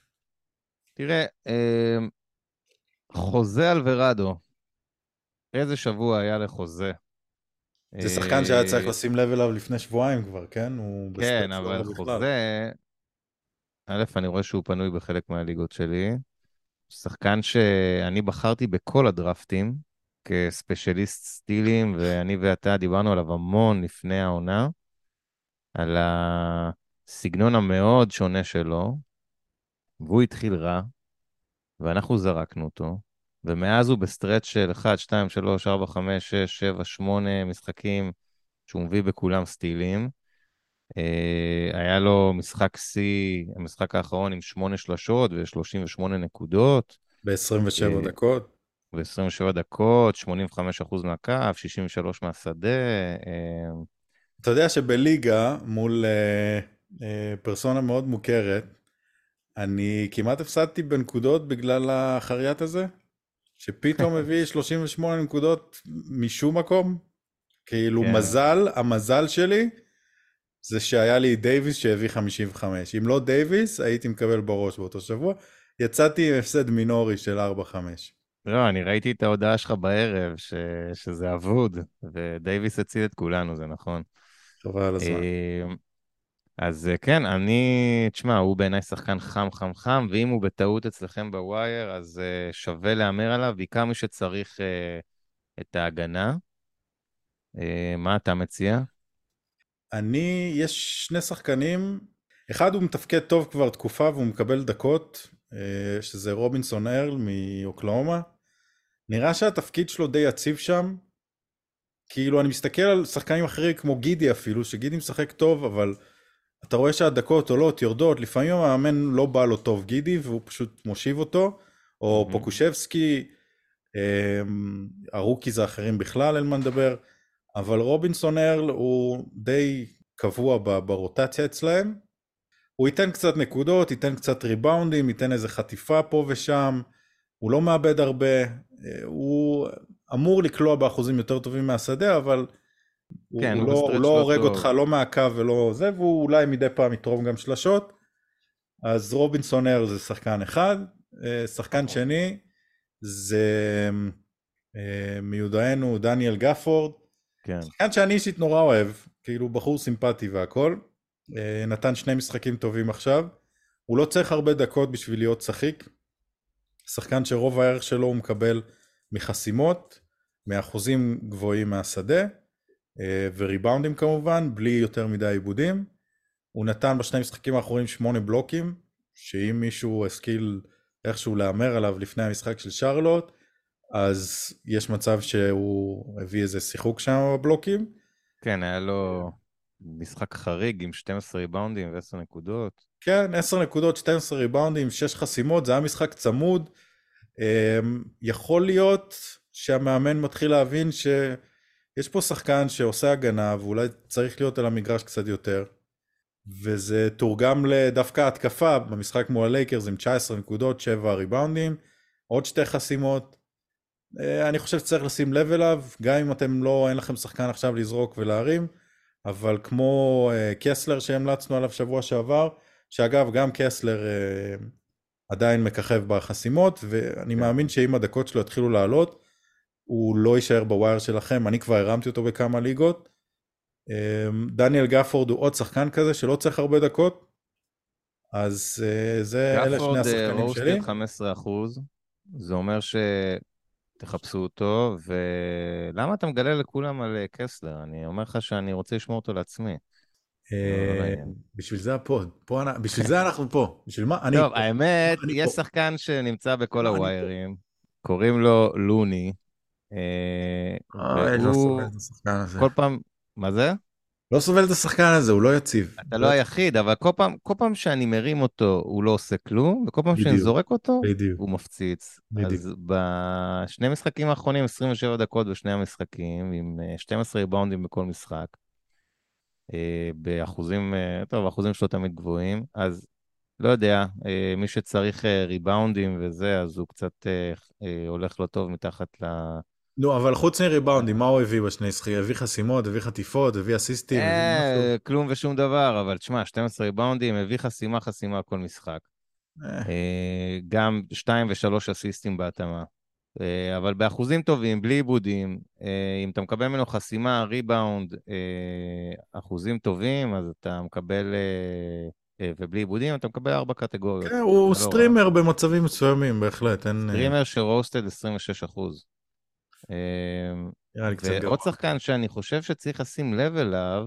תראה, אה, חוזה אלוורדו, איזה שבוע היה לחוזה? זה שחקן שהיה צריך אה, לשים לב אליו לפני שבועיים כבר, כן? הוא כן, בסטאצ' לא אבל בכלל. חוזה, א', אני רואה שהוא פנוי בחלק מהליגות שלי. שחקן שאני בחרתי בכל הדרפטים כספיישליסט סטילים, ואני ואתה דיברנו עליו המון לפני העונה, על הסגנון המאוד שונה שלו, והוא התחיל רע, ואנחנו זרקנו אותו, ומאז הוא בסטרץ' של אחת, שתיים, שלוש, ארבע, חמש, שש, שבע, שמונה משחקים שהוא מביא בכולם סטילים. אה, היה לו משחק C, המשחק האחרון עם שמונה שלשות ו-שלושים ושמונה נקודות. ב-עשרים ושבע אה, דקות. ב-עשרים ושבע דקות, שמונים וחמישה אחוז מהקו, שישים ושלוש מהשדה. אה, אתה יודע שבליגה מול אה, אה, פרסונה מאוד מוכרת, אני כמעט הפסדתי בנקודות בגלל החריית הזה, שפתאום הביא שלושים ושמונה נקודות משום מקום, כאילו כן. מזל, המזל שלי זה שהיה לי דייביס שהביא חמישים וחמש, אם לא דייביס הייתי מקבל בראש באותו שבוע, יצאתי עם הפסד מינורי של ארבע חמש. לא, אני ראיתי את ההודעה שלך בערב, ש... שזה אבוד, ודייוויס הציל את כולנו, זה נכון. חבל על הזמן. אה, אז אה, כן, אני, תשמע, הוא בעיניי שחקן חם חם חם, ואם הוא בטעות אצלכם בווייר, אז uh, שווה לאמר עליו, בעיקר מי שצריך uh, את ההגנה. Uh, מה אתה מציע? אני, יש שני שחקנים, אחד הוא מתפקד טוב כבר תקופה והוא מקבל דקות, אה, שזה רובינסון ארל מאוקלאומה. נראה שהתפקיד שלו די יציב שם, כאילו אני מסתכל על שחקנים אחרים כמו גידי אפילו, שגידי משחק טוב, אבל אתה רואה שהדקות עולות, יורדות, לפעמים המאמן לא בא לו טוב גידי, והוא פשוט מושיב אותו, או Mhm. פוקושבסקי, הרוקיז האחרים בכלל, אין מה לדבר, אבל רובינסון ארל הוא די קבוע ב- ברוטציה אצלהם, הוא ייתן קצת נקודות, ייתן קצת ריבאונדים, ייתן איזה חטיפה פה ושם, הוא לא מאבד הרבה, הוא אמור לקלוע באחוזים יותר טובים מהשדה, אבל הוא, כן, הוא, הוא לא, הוא בסטרץ' לא לא הורג טוב. אותך, לא מהקו ולא זה, והוא אולי מדי פעם יתרום גם שלשות. אז רובינסון ארל זה שחקן אחד, אה, שחקן שני זה אה, מיודענו דניאל גפורד, כן. שחקן שאני אישית נורא אוהב, כאילו בחור סימפטי והכל, אה, נתן שני משחקים טובים עכשיו, הוא לא צריך הרבה דקות בשביל להיות שחיק, שחקן שרוב הערך שלו הוא מקבל מחסימות, מאחוזים גבוהים מהשדה, וריבאונדים כמובן, בלי יותר מדי עיבודים. הוא נתן בשני משחקים האחרונים שמונה בלוקים, שאם מישהו השכיל איכשהו לאמר עליו לפני המשחק של שרלוט, אז יש מצב שהוא הביא איזה שיחוק שם בבלוקים. כן, היה לו משחק חריג עם שתים עשרה ריבאונדים ו-עשר נקודות. כן, עשר נקודות, שתים עשרה ריבאונדים, שש חסימות, זה היה משחק צמוד. יכול להיות שהמאמן מתחיל להבין שיש פה שחקן שעושה הגנה, ואולי צריך להיות על המגרש קצת יותר, וזה תורגם לדווקא התקפה במשחק מול הלייקרס עם תשע עשרה נקודות, שבע ריבאונדים, עוד שתי חסימות. אני חושב שצריך לשים לב אליו, גם אם אתם לא, אין לכם שחקן עכשיו לזרוק ולהרים, אבל כמו קסלר שהמלצנו עליו שבוע שעבר, שאגב גם קסלר עדיין מככב בחסימות, ואני מאמין שאם הדקות שלו יתחילו לעלות, הוא לא יישאר בווייר שלכם, אני כבר הרמתי אותו בכמה ליגות. דניאל גפורד הוא עוד שחקן כזה שלא צריך הרבה דקות, אז זה אלה שני השחקנים שלי. גפורד רוסטד חמישה עשר אחוז, זה אומר שתחפשו אותו, ולמה אתה מגלה לכולם על קסלר? אני אומר לך שאני רוצה לשמור אותו לעצמי. בשביל זה הפוד, בשביל זה אנחנו פה. בשביל מה? טוב, האמת, יש שחקן שנמצא בכל הוויירים, קוראים לו לוני, לא סובל את השחקן הזה. כל פעם, מה זה? לא סובל את השחקן הזה, הוא לא יציב. אתה לא היחיד, אבל כל פעם, כל פעם שאני מרים אותו, הוא לא עושה כלום, וכל פעם שאני זורק אותו, הוא מפציץ. אז בשני משחקים האחרונים, עשרים ושבע דקות בשני המשחקים, עם שתים עשרה ריבאונדים בכל משחק, באחוזים, טוב, האחוזים שלו תמיד גבוהים, אז לא יודע, מי שצריך ריבאונדים וזה, אז הוא קצת הולך לא טוב מתחת ל... נו, אבל חוץ מריבאונדים, מה הוא הביא בשני שחקים? הביא חסימות, הביא חטיפות, הביא אסיסטים, הביא משהו? כלום ושום דבר, אבל תשמע, שתים עשרה ריבאונדים, הביא חסימה, חסימה כל משחק. גם שתיים ושלוש אסיסטים בהתאמה. אבל באחוזים טובים, בלי עיבודים, אם אתה מקבל ממנו חסימה, ריבאונד, אחוזים טובים, אז אתה מקבל, ובלי עיבודים, אתה מקבל ארבע קטגוריות. כן, הוא סטרימר במצבים מסוימים, בהחלט. סטרימר שרוסטד עשרים ושש אחוז. ועוד שחקן שאני חושב שצריך לשים לב אליו,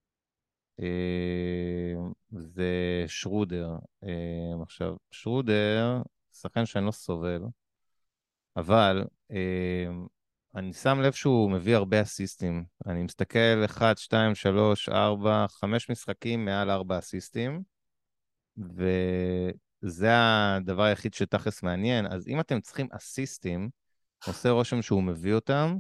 זה שרודר. עכשיו, שרודר, שחקן שאני לא סובל, אבל אני שם לב שהוא מביא הרבה אסיסטים. אני מסתכל אחת, שתיים, שלוש, ארבע, חמש משחקים מעל ארבע אסיסטים, וזה הדבר היחיד שתכלס מעניין. אז אם אתם צריכים אסיסטים, עושה רושם שהוא מביא אותם,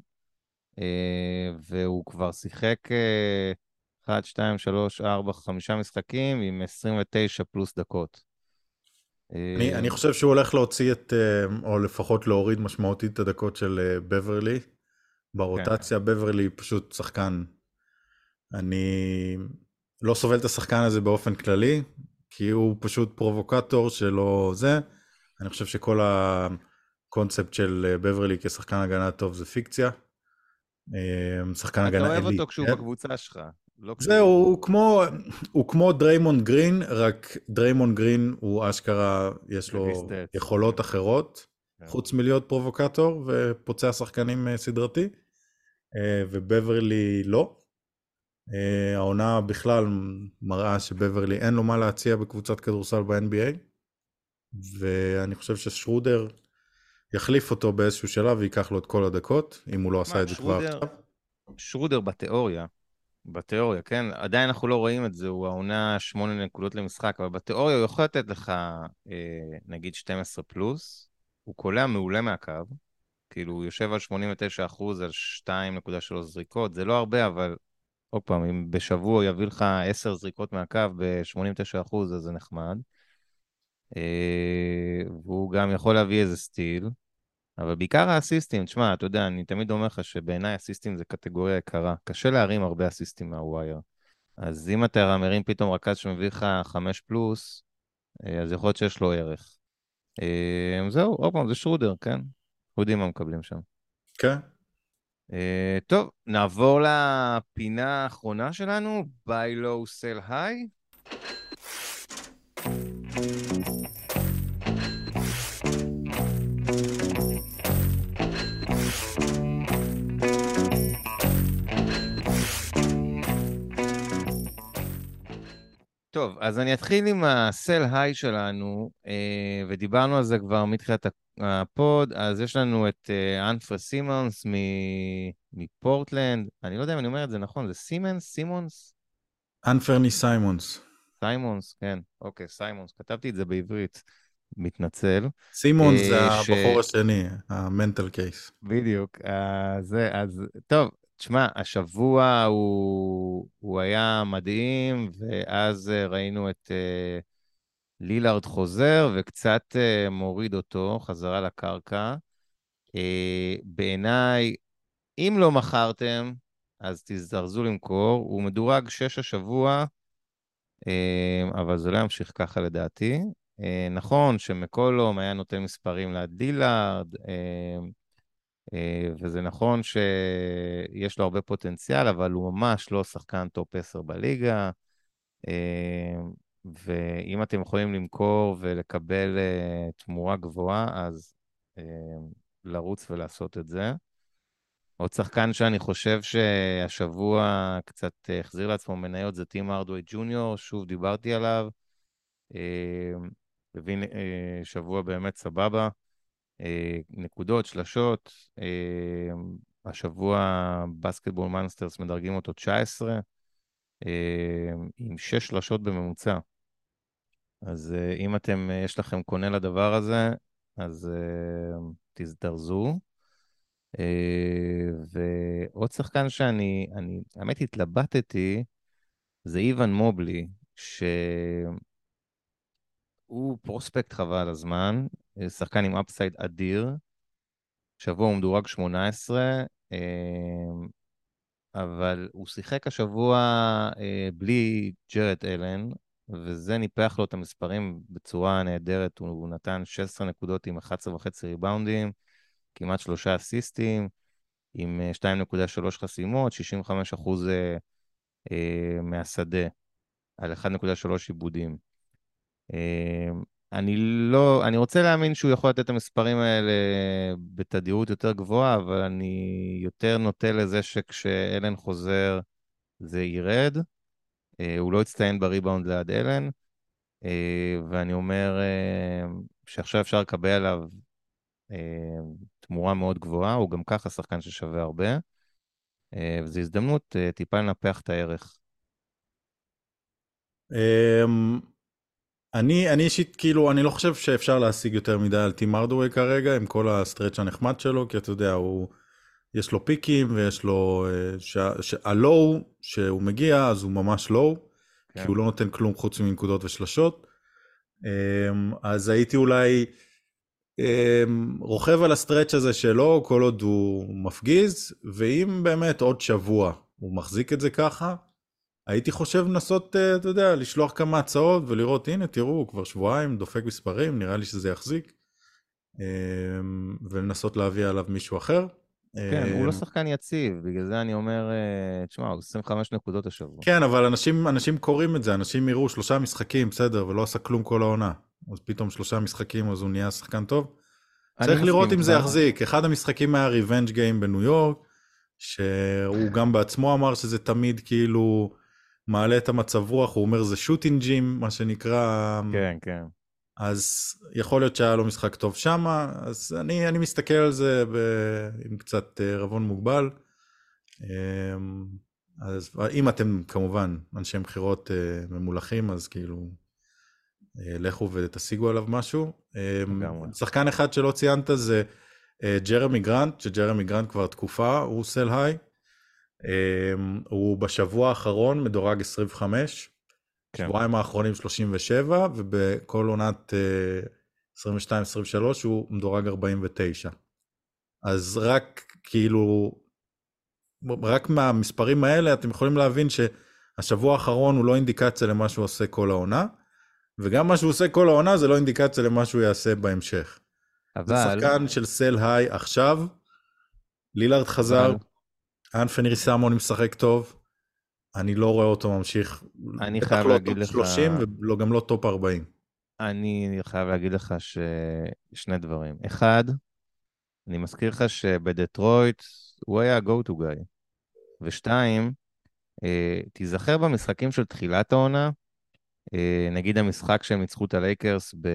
והוא כבר שיחק אחת, שתיים, שלוש, ארבע, חמישה משחקים עם עשרים ותשע פלוס דקות. אני, אני חושב שהוא הולך להוציא את, או לפחות להוריד משמעותית את הדקות של בברלי. ברוטציה, בברלי פשוט שחקן. אני לא סובל את השחקן הזה באופן כללי, כי הוא פשוט פרובוקטור שלו זה. אני חושב שכל הקונספט של בברלי כשחקן הגנה טוב זה פיקציה. שחקן אתה הגנה אוהב אליט. אותו כשהוא כן? בקבוצה שלך. לא כשהוא- זהו, הוא כמו, הוא כמו דריימונד גרין, רק דריימונד גרין הוא אשכרה, יש לו Stats. יכולות אחרות, כן. חוץ מלהיות פרובוקטור ופוצע שחקנים אה, סדרתי, אה, ובברלי לא. אה, העונה בכלל מראה שבברלי אין לו מה להציע בקבוצת כדורסל ב-אן בי איי, ואני חושב ששרודר יחליף אותו באיזשהו שלב ויקח לו את כל הדקות, אם הוא לא עשה מה, את זה כבר שרודר- עכשיו. שרודר בתיאוריה, בתיאוריה, כן? עדיין אנחנו לא רואים את זה, הוא העונה שמונה נקודות למשחק, אבל בתיאוריה הוא יכול לתת לך, אה, נגיד שתים עשרה פלוס, הוא קולע מעולה מהקו, כאילו הוא יושב על שמונים ותשע אחוז, על שתיים נקודה שלוש זריקות, זה לא הרבה, אבל עוד פעם, אם בשבוע הוא יביא לך עשר זריקות מהקו ב-שמונים ותשע אחוז, אז זה נחמד. אה, והוא גם יכול להביא איזה סטיל, אבל בעיקר האסיסטים, תשמע, אתה יודע, אני תמיד אומר לך שבעיניי אסיסטים זה קטגוריה יקרה, קשה להרים הרבה אסיסטים מהווייר. אז אם אתה מרים פתאום רכז שמביא לך חמש פלוס, אה, אז יכול להיות שיש לו ערך. אה, זהו, עוד פעם, זה שרודר, כן? אנחנו יודעים מה מקבלים שם. כן. אה, טוב, נעבור לפינה האחרונה שלנו, buy low, sell high. טוב, אז אני אתחיל עם הסל היי שלנו, אה, ודיברנו על זה כבר מתחילת הפוד, אז יש לנו את אה, אנפרה סימונס מ- מפורטלנד, אני לא יודע אם אני אומר את זה נכון, זה סימנס? סימונס? אנפרני סיימונס. סיימונס, כן, אוקיי, סיימונס, כתבתי את זה בעברית, מתנצל. סימונס אה, זה ש- הבחור השני, המנטל קייס. בדיוק, אה, זה, אז טוב, תשמע, השבוע הוא, הוא היה מדהים, ואז אה, ראינו את אה, לילארד חוזר, וקצת אה, מוריד אותו, חזרה לקרקע. אה, בעיניי, אם לא מכרתם, אז תזדרזו למכור, הוא מדורג שש השבוע, אה, אבל זה לא ימשיך ככה לדעתי. אה, נכון שמקולום היה נותן מספרים ליד לילארד, אה, אה, וזה נכון שיש לו הרבה פוטנציאל, אבל הוא ממש לא שחקן טופ עשר בליגה, אה, ואם אתם יכולים למכור ולקבל אה, תמורה גבוהה, אז אה, לרוץ ולעשות את זה. עוד שחקן שאני חושב שהשבוע קצת החזיר לעצמו מניות זה טים ארדווי ג'וניור, שוב דיברתי עליו, אה, הבין אה, שבוע באמת סבבה. אה, נקודות, שלשות, אה, השבוע בסקטבול מאנסטרס מדרגים אותו תשע עשרה, אה, עם שש שלשות בממוצע. אז אה, אם אתם, אה, יש לכם קונה לדבר הזה, אז אה, תזדרזו. אה, ועוד שחקן שאני, אני, האמת התלבטתי, זה איוון מובלי, שהוא פרוספקט חבל הזמן, שחקן עם אפסייד אדיר, שבוע הוא מדורג שמונה עשרה, אבל הוא שיחק השבוע בלי ג'רד אלן, וזה ניפח לו את המספרים בצורה נהדרת, הוא נתן שש עשרה נקודות עם אחת עשרה וחצי ריבאונדים, כמעט שלושה אסיסטים, עם שתיים נקודה שלוש חסימות, שישים וחמישה אחוז מהשדה, על אחת נקודה שלוש עיבודים. אני לא, אני רוצה להאמין שהוא יכול לתת את המספרים האלה בתדירות יותר גבוהה, אבל אני יותר נוטה לזה שכשאלן חוזר זה ירד, הוא לא יצטיין בריבאונד ליד אלן, ואני אומר שעכשיו אפשר לקבל עליו תמורה מאוד גבוהה, הוא גם ככה שחקן ששווה הרבה, וזו הזדמנות טיפה לנפח את הערך. אני, אני אישית, כאילו, אני לא חושב שאפשר להשיג יותר מדי על טים ארדווי כרגע, עם כל הסטרץ' הנחמד שלו, כי אתה יודע, הוא, יש לו פיקים, ויש לו, הלואו שהוא מגיע, אז הוא ממש לואו, כן. כי הוא לא נותן כלום חוץ מנקודות ושלשות. אז הייתי אולי רוכב על הסטרץ' הזה שלו, כל עוד הוא מפגיז, ואם באמת עוד שבוע הוא מחזיק את זה ככה, הייתי חושב לנסות, אתה יודע, לשלוח כמה הצעות ולראות, הנה, תראו, כבר שבועיים דופק מספרים, נראה לי שזה יחזיק. ולנסות להביא עליו מישהו אחר. כן, הוא לא שחקן יציב, בגלל זה אני אומר, תשמע, הוא עשרים וחמש נקודות השבוע. כן, אבל אנשים, אנשים קוראים את זה, אנשים יראו שלושה משחקים, בסדר, ולא עשה כלום כל העונה. אז פתאום שלושה משחקים, אז הוא נהיה שחקן טוב. צריך לראות אם זה יחזיק. אחד המשחקים היה ריבנג' גיים בניו יורק, שהוא גם בעצמו אמר שזה תמיד כאילו מעלה את המצב רוח, הוא אומר זה שוטינג ג'ים, מה שנקרא. כן, כן. אז יכול להיות שהיה לו משחק טוב שם, אז אני, אני מסתכל על זה ב, עם קצת רבון מוגבל. אז אם אתם כמובן אנשי מחירות ממולכים, אז כאילו לכו ותשיגו עליו משהו. שחקן אחד שלא ציינת זה ג'רמי גרנט, שג'רמי גרנט כבר תקופה, הוא סל היי. הוא בשבוע האחרון מדורג עשרים וחמש, שבועיים האחרונים שלושים ושבע, ובכל עונת עשרים ושתיים עשרים ושלוש הוא מדורג ארבעים ותשע. אז רק כאילו, רק מהמספרים האלה אתם יכולים להבין שהשבוע האחרון הוא לא אינדיקציה למה שהוא עושה כל העונה, וגם מה שהוא עושה כל העונה זה לא אינדיקציה למה שהוא יעשה בהמשך. אבל... זה שחקן של סל היי עכשיו, לילארד חזר, אבל... אנפני ריסמון משחק טוב, אני לא רואה אותו ממשיך, אני חייב לא להגיד לך... שלושים וגם לא טופ ארבעים. אני חייב להגיד לך ששני דברים. אחד, אני מזכיר לך שבדטרויט הוא היה go to guy. ושתיים, תיזכר במשחקים של תחילת העונה, נגיד המשחק שהם ניצחו את הלייקרס ב...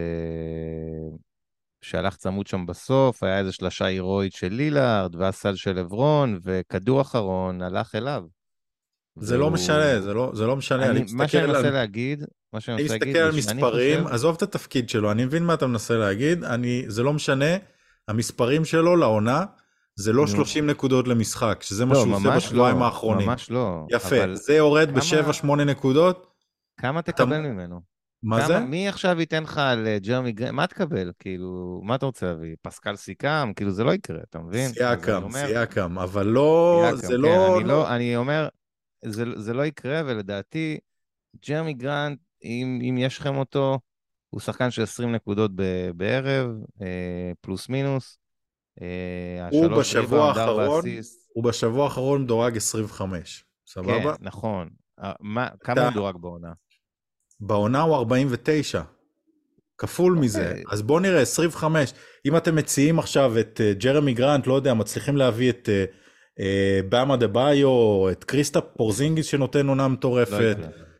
שהלך צמוד שם בסוף, היה איזו שלשה הירואית של לילארד, והסל של לברון, וכדור אחרון הלך אליו. זה לא משנה, זה לא, זה לא משנה. אני, מה שאני מנסה להגיד, מה שאני אני מנסה להגיד, מסתכל על מספרים, עזוב את התפקיד שלו, אני מבין מה אתה מנסה להגיד, אני, זה לא משנה, המספרים שלו לעונה, זה לא שלושים נקודות למשחק, שזה מה שהוא עושה בשבועיים האחרונים. ממש לא. יפה, זה יורד בשבע שמונה נקודות. כמה תקבל ממנו? מה זה? מי עכשיו ייתן לך על ג'רמי גרנט? מה תקבל? כאילו, מה אתה רוצה להביא? פסקל סיקם? כאילו, זה לא יקרה, אתה מבין? סייקם, סייקם, אבל לא, זה לא... אני אומר, זה לא יקרה, ולדעתי, ג'רמי גרנט, אם יש לכם אותו, הוא שחקן של עשרים נקודות בערב, פלוס מינוס. הוא בשבוע האחרון, הוא בשבוע האחרון דורג עשרים וחמש, סבבה? כן, נכון. כמה הוא דורג בעונה? בעונה הוא ארבעים ותשע, כפול מזה. אז בואו נראה, עשרים וחמש. אם אתם מציעים עכשיו את ג'רמי גרנט, לא יודע, מצליחים להביא את באמה דה ביו, את קריסטה פורזינגיס שנותן עונה מטורפת.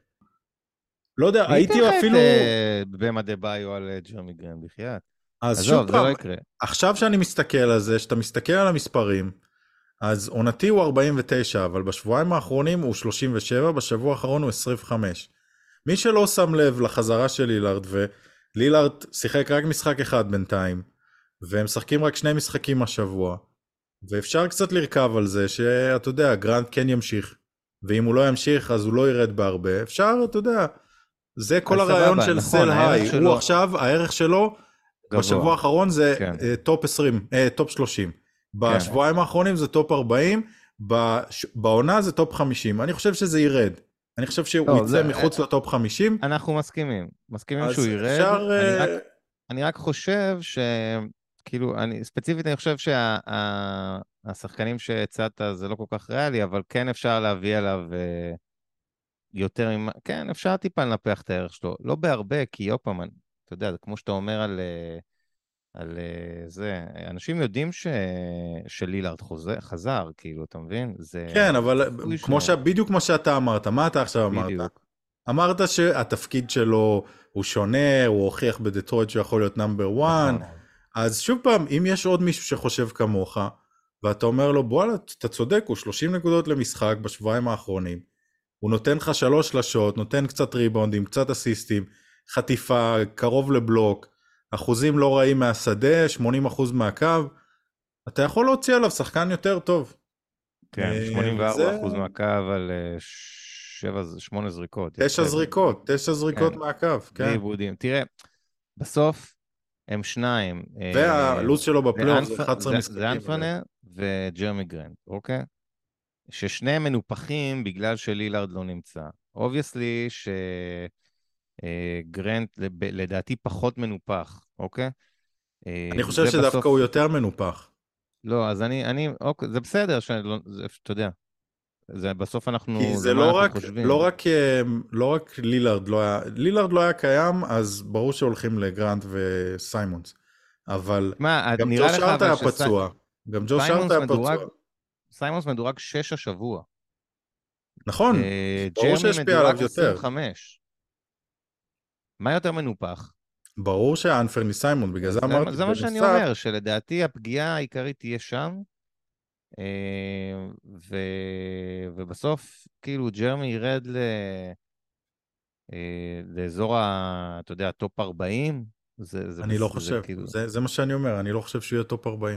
לא יודע, הייתי אפילו... מי תראה את באמה דה ביו על ג'רמי גרנט בחייאת? אז שוב פעם, עכשיו שאני מסתכל על זה, שאתה מסתכל על המספרים, אז עונתי הוא ארבעים ותשע, אבל בשבועיים האחרונים הוא שלושים ושבע, בשבוע האחרון הוא עשרים וחמש. מי שלא שם לב לחזרה של לילארד, ולילארד שיחק רק משחק אחד בינתיים, והם משחקים רק שני משחקים השבוע, ואפשר קצת לרכב על זה, שאתה יודע, גרנט כן ימשיך, ואם הוא לא ימשיך, אז הוא לא ירד בהרבה. אפשר, אתה יודע, זה כל הרעיון של סל היי. הוא עכשיו, הערך שלו, בשבוע האחרון זה טופ עשרים, טופ שלושים. בשבועיים האחרונים זה טופ ארבעים, בעונה זה טופ חמישים. אני חושב שזה ירד. אני חושב שהוא יצא מחוץ לטופ חמישים. אנחנו מסכימים. מסכימים שהוא ירד. אני רק חושב ש... כאילו, ספציפית אני חושב שהשחקנים שהצעת זה לא כל כך ריאלי, אבל כן אפשר להביא עליו יותר, כן, אפשר טיפה לנפח את הערך שלו. לא בהרבה, כי יופם, אתה יודע, כמו שאתה אומר על... על זה, אנשים יודעים ש... שלילארד חזר, כאילו, אתה מבין? זה... כן, אבל כמו ש... בדיוק כמו שאתה אמרת, מה אתה עכשיו אמרת? בדיוק. אמרת שהתפקיד שלו הוא שונה, הוא הוכיח בדטרויט שהוא יכול להיות נאמבר וואן, אז שוב פעם, אם יש עוד מישהו שחושב כמוך, ואתה אומר לו, בואלה, אתה צודק, הוא שלושים נקודות למשחק בשבועיים האחרונים, הוא נותן לך שלוש שלשות, נותן קצת ריבונדים, קצת אסיסטים, חטיפה, קרוב לבלוק, אחוזים לא רעים מהשדה, שמונים אחוז מהקו, אתה יכול להוציא עליו שחקן יותר טוב. כן, שמונים וארבע אחוז מהקו על שבע, שמונה זריקות. תשע זריקות, תשע זריקות מהקו, כן. בעיבודים. תראה, בסוף הם שניים. והלו"ז שלו בפלייאוף זה אחת עשרה משחקים. זה אנפני וג'רמי גרנט, אוקיי? ששניהם מנופחים בגלל שלילארד לא נמצא. אובייסלי ש... גרנט לדעתי פחות מנופח, אוקיי? אני חושב שדווקא הוא יותר מנופח. לא, אז אני, אני, אוקיי, זה בסדר, שלא, זה, אתה יודע, זה בסוף אנחנו, כי זה זה לא מה רק, אנחנו חושבים. לא רק, לא רק לילארד לא היה, לילארד לא היה קיים, אז ברור שהולכים לגרנט וסיימונס. אבל מה, גם נראה ג'וש לך ארט אבל היה שסי- פצוע. גם ג'וש סיימונס ארט היה מדורג- פצוע. סיימונס מדורג שש השבוע. נכון, אה, ברור ג'רמי שהשפיע עליו מדורג יותר. עשרים וחמש. מה יותר מנופח? ברור שהיה אנפרני סיימון, בגלל זה זה, אמרתי. זה מה שאני בנוסף, אומר, שלדעתי הפגיעה העיקרית תהיה שם, אה, ו, ובסוף כאילו ג'רמי ירד ל, אה, לאזור ה... אתה יודע, טופ ארבעים. זה, זה, אני בס- לא זה חושב, כאילו... זה, זה מה שאני אומר, אני לא חושב שהוא יהיה טופ ארבעים.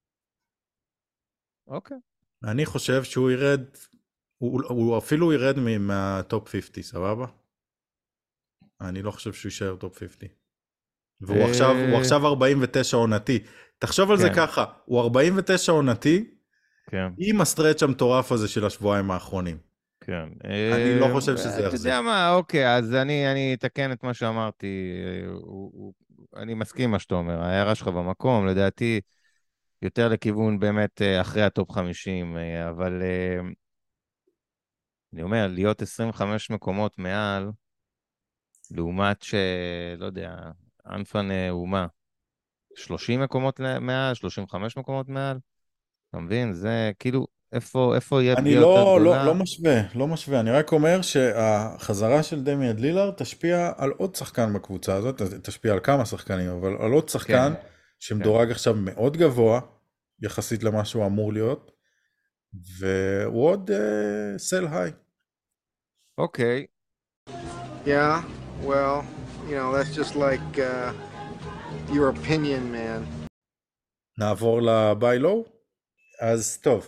אוקיי. אני חושב שהוא ירד, הוא, הוא אפילו ירד מהטופ חמישים, סבבה? אני לא חושב שהוא יישאר טופ חמישים. והוא אה, עכשיו, הוא עכשיו ארבעים ותשע עונתי. תחשוב על זה כן. ככה, הוא ארבעים ותשע עונתי, כן, עם הסטרץ' המטורף הזה של השבועיים האחרונים. כן. אני לא אה, חושב שזה אתה יחזיר. יודע מה, אוקיי, אז אני, אני אתקן את מה שאמרתי. אה, הוא, הוא, אני מסכים מה שאתה אומר, ההערה שלך במקום, לדעתי יותר לכיוון באמת אה, אחרי הטופ חמישים, אה, אבל אה, אני אומר, להיות עשרים וחמישה מקומות מעל, לעומת ש... לא יודע, אנפן אה, הוא מה? שלושים מקומות מעל, שלושים וחמישה מקומות מעל? אתה מבין? זה כאילו, איפה, איפה יהיה אני פגיעה יותר לא, גדולה? לא, לא משווה, לא משווה, אני רק אומר שהחזרה של דמיאן לילארד תשפיע על עוד שחקן בקבוצה הזאת, תשפיע על כמה שחקנים, אבל על עוד שחקן כן. שמדורג עכשיו מאוד גבוה, יחסית למה שהוא אמור להיות, והוא עוד סל היי. אוקיי. Yeah, well, you know, that's just like uh, your opinion, man. נעבור לביי לואו? אז טוב.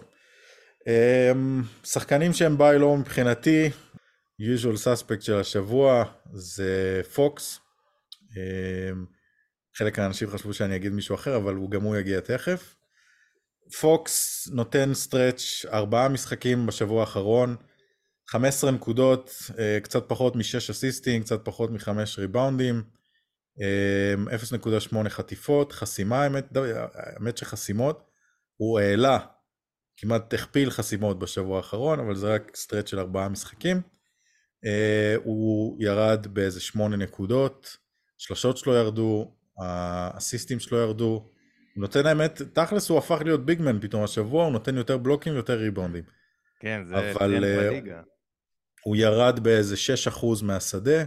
Um, שחקנים שהם ביי לואו מבחינתי, usual suspect של השבוע זה פוקס. Um, חלק מהאנשים חשבו שאני אגיד מישהו אחר, אבל הוא גם הוא יגיע תכף. פוקס נותן סטרץ' ארבעה משחקים בשבוע האחרון, חמש עשרה נקודות, קצת פחות משש אסיסטים, קצת פחות מחמש ריבאונדים, אפס נקודה שמונה חטיפות, חסימה, האמת, האמת שחסימות, הוא העלה, כמעט הכפיל חסימות בשבוע האחרון, אבל זה רק סטרץ' של ארבעה משחקים, הוא ירד באיזה שמונה נקודות, שלשות שלו ירדו, האסיסטים שלו ירדו, הוא נותן האמת, תכלס הוא הפך להיות ביגמן פתאום השבוע, הוא נותן יותר בלוקים ויותר ריבאונדים. כן, זה אבל טרנד בליגה. הוא ירד באיזה שש אחוז מהשדה,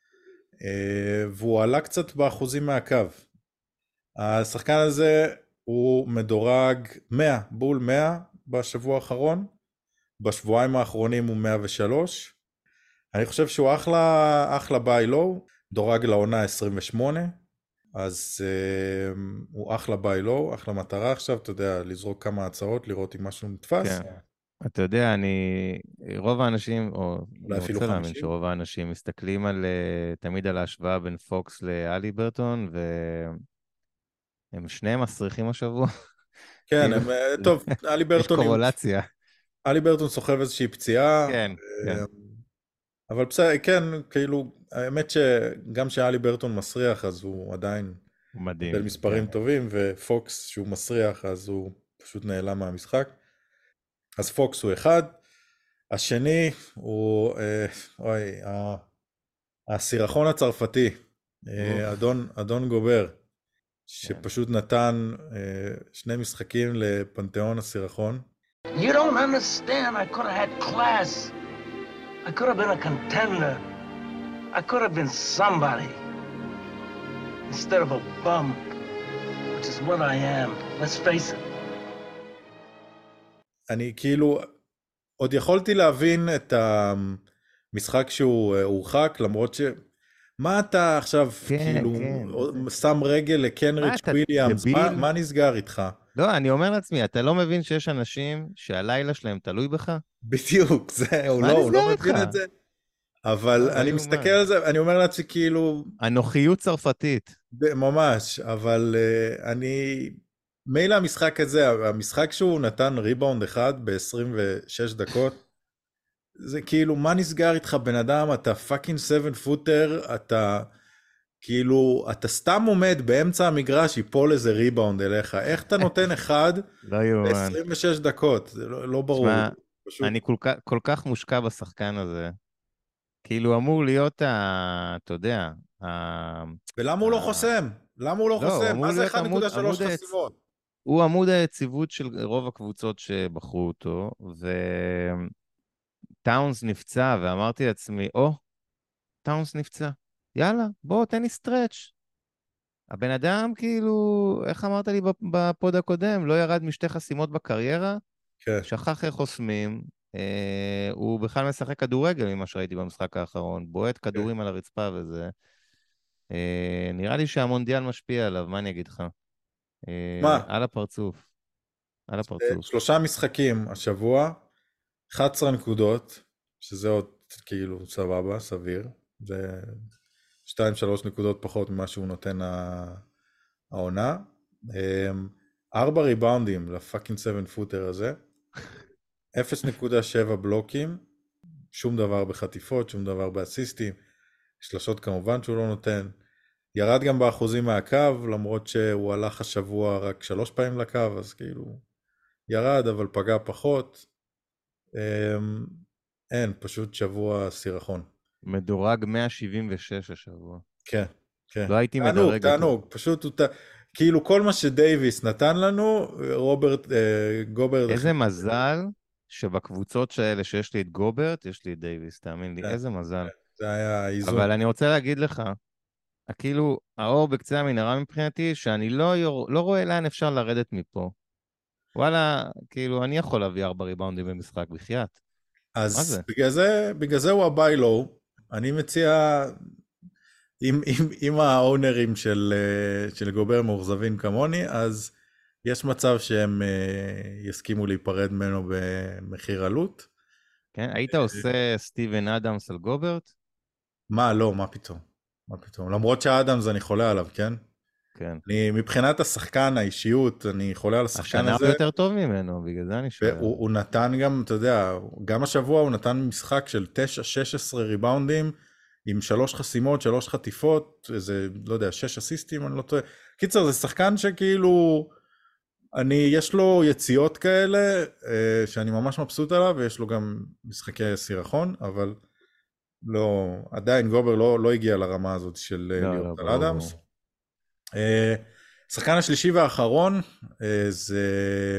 והוא עלה קצת באחוזים מהקו. השחקן הזה הוא מדורג מאה, בול מאה בשבוע האחרון, בשבועיים האחרונים הוא מאה ושלוש, אני חושב שהוא אחלה, אחלה ביי לואו, דורג לעונה עשרים ושמונה, אז uh, הוא אחלה ביי לואו, אחלה מטרה עכשיו, אתה יודע, לזרוק כמה הצעות, לראות אם משהו נתפס. כן. אתה יודע, אני, רוב האנשים, או אני אפילו רוצה להאמין חמישים. שרוב האנשים מסתכלים על, uh, תמיד על ההשוואה בין פוקס לאלי ברטון, והם שניהם מסריחים השבוע. כן, כאילו, הם, טוב, אלי יש ברטון, קורולציה. אלי ברטון סוחב איזושהי פציעה, כן, כן. אבל בסדר, כן, כאילו, האמת שגם שאלי ברטון מסריח, אז הוא עדיין הוא מדהים. בין מספרים כן. טובים, ופוקס שהוא מסריח, אז הוא פשוט נעלם מהמשחק. אז פוקס הוא אחד, השני הוא, אה, אוי, ה- הסירחון הצרפתי, אה, אדון, אדון גובר, שפשוט נתן אה, שני משחקים לפנתיאון הסירחון. You don't understand. I could have had class. I could have been a contender. I could have been somebody. Instead of a bum, which is what I am. Let's face it. אני כאילו, עוד יכולתי להבין את המשחק שהוא הורחק, למרות ש... מה אתה עכשיו, כן, כאילו, כן. שם רגל לקנריץ' אתה וויליאמס, דביל? מה, מה נסגר איתך? לא, אני אומר לעצמי, אתה לא מבין שיש אנשים שהלילה שלהם תלוי בך? בדיוק, זה, הוא מה לא, הוא לא נסגר מבין איתך? את זה. אבל לא אני יאומן. מסתכל על זה, אני אומר לעצמי כאילו, אנוכיות צרפתית. ב- ממש, אבל uh, אני, מילא המשחק הזה, המשחק שהוא נתן ריבאונד אחד ב-עשרים ושש דקות, זה כאילו, מה נסגר איתך בן אדם, אתה פאקינג סבן פוטר, אתה כאילו, אתה סתם עומד באמצע המגרש, ייפול איזה ריבאונד אליך, איך אתה נותן אחד לא יאומן. ב-עשרים ושש דקות? זה לא, לא ברור. תשמע, פשוט... אני כל כך, כל כך מושקע בשחקן הזה. כאילו אמור להיות, ה, אתה יודע, ה... ולמה הוא לא חוסם? למה הוא לא לא, חוסם? אמור מה זה להיות אחד עמוד- נקודה שלוש עמוד חסימות? הוא עמוד היציבות של רוב הקבוצות שבחרו אותו, וטאונס נפצע, ואמרתי לעצמי, או, טאונס נפצע, יאללה, בוא, תן לי סטרץ'. הבן אדם, כאילו, איך אמרת לי בפוד הקודם, לא ירד משתי חסימות בקריירה, כן. שכח איך חוסמים, אה, הוא בכלל משחק כדורגל ממה שראיתי במשחק האחרון, בועט כדורים על הרצפה וזה. אה, נראה לי שהמונדיאל משפיע עליו, מה אני אגיד לך? אה, מה? על הפרצוף. על הפרצוף. שלושה משחקים השבוע, אחת עשרה נקודות, שזה עוד כאילו סבבה, סביר. זה שתיים שלוש נקודות פחות ממה שהוא נותן העונה. ארבע ריבאונדים לפאקינג סבן פוטר הזה. אפס נקודה שבע בלוקים. שום דבר בחטיפות, שום דבר באסיסטים. שלשות כמובן שהוא לא נותן. ירד גם באחוזים מהקו, למרות שהוא הלך השבוע רק שלוש פעמים לקו, אז כאילו ירד, אבל פגע פחות. אין, פשוט שבוע סירחון. מדורג מאה שבעים ושש השבוע. כן, כן. לא הייתי תענוג, מדרג אותו. תענוג, פשוט הוא, כאילו כל מה שדייביס נתן לנו, רוברט, אה, גוברט... איזה מזל שבקבוצות האלה שיש לי את גוברט, יש לי את דייביס, תאמין לי, כן, איזה מזל. זה היה איזון. אבל אני רוצה להגיד לך, כאילו, האור בקצה המנהרה מבחינתי, שאני לא, יור... לא רואה לאן אפשר לרדת מפה. וואלה, כאילו, אני יכול להביא ארבע ריבאונדים במשחק בחייאת. אז בגלל זה, בגלל זה הוא הביי לואו. אני מציע, אם, אם, אם האונרים של, של גובר מאוכזבים כמוני, אז יש מצב שהם יסכימו להיפרד ממנו במחיר עלות. כן, היית עושה סטיבן אדמס על גוברט? מה, לא, מה פתאום? מה פתאום? למרות שהאדמס אני חולה עליו, כן? כן. אני, מבחינת השחקן, האישיות, אני חולה על השחקן הזה. השנה הוא יותר טוב ממנו, בגלל זה אני שואל. הוא, הוא נתן גם, אתה יודע, גם השבוע הוא נתן משחק של תשע שש עשרה ריבאונדים, עם שלוש חסימות, שלוש חטיפות, איזה, לא יודע, שש אסיסטים, אני לא טועה. קיצר, זה שחקן שכאילו, אני, יש לו יציאות כאלה, שאני ממש מבסוט עליו, ויש לו גם משחקי סירחון, אבל לא, עדיין גובר לא, לא הגיע לרמה הזאת של להיות על אדמס. השחקן השלישי והאחרון זה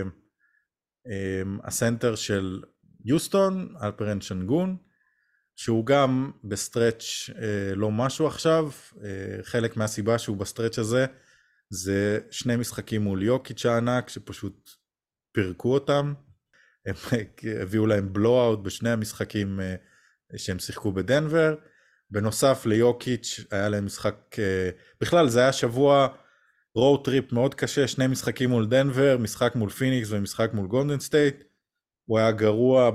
הסנטר של יוסטון, אלפרן שנגון, שהוא גם בסטרץ' לא משהו עכשיו. חלק מהסיבה שהוא בסטרץ' הזה זה שני משחקים מול יוקיץ' הענק שפשוט פירקו אותם. הם הביאו להם בלואו-אוט בשני המשחקים שהם שיחקו בדנבר. בנוסף ליוקיץ' היה להם משחק, בכלל זה היה שבוע רוד טריפ מאוד קשה, שני משחקים מול דנבר, משחק מול פיניקס ומשחק מול גולדן סטייט. הוא היה גרוע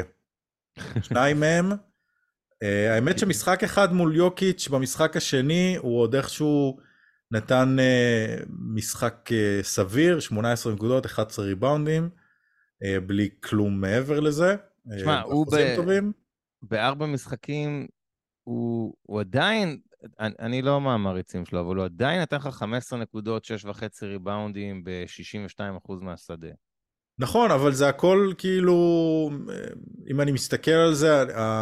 בשניים מהם. האמת שמשחק אחד מול יוקיץ', במשחק השני הוא עוד איכשהו נתן משחק סביר, שמונה עשרה נקודות, אחד עשר ריבאונדים, בלי כלום מעבר לזה. תשמע, הוא ב... בארבע משחקים, הוא, הוא עדיין, אני, אני לא מהמריצים שלו, אבל הוא עדיין נתן לך חמש עשרה נקודות, שש וחצי ריבאונדים ב-שישים ושתיים אחוז מהשדה. נכון, אבל זה הכל כאילו, אם אני מסתכל על זה,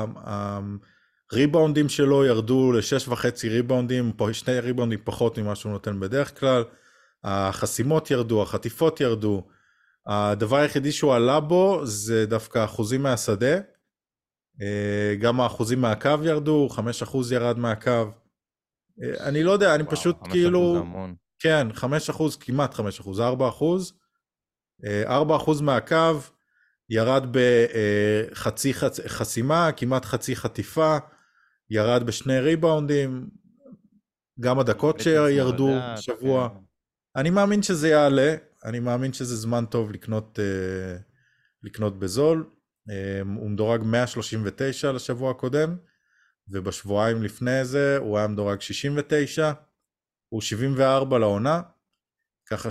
הריבאונדים שלו ירדו ל-שש וחצי ריבאונדים, שני ריבאונדים פחות ממה שהוא נותן בדרך כלל, החסימות ירדו, החטיפות ירדו, הדבר היחידי שהוא עלה בו זה דווקא אחוזים מהשדה, גם האחוזים מהקו ירדו, חמש אחוז ירד מהקו, אני לא יודע, אני וואו, פשוט כאילו, כן, חמש אחוז, כמעט חמש אחוז, ארבע אחוז, ארבע אחוז מהקו, ירד בחצי חצ... חסימה, כמעט חצי חטיפה, ירד בשני ריבאונדים, גם הדקות שירדו שבוע, כן. אני מאמין שזה יעלה, אני מאמין שזה זמן טוב לקנות, לקנות בזול, הוא מדורג מאה שלושים ותשע לשבוע הקודם, ובשבועיים לפני זה הוא היה מדורג שישים ותשע, הוא שבעים וארבע לעונה, ככה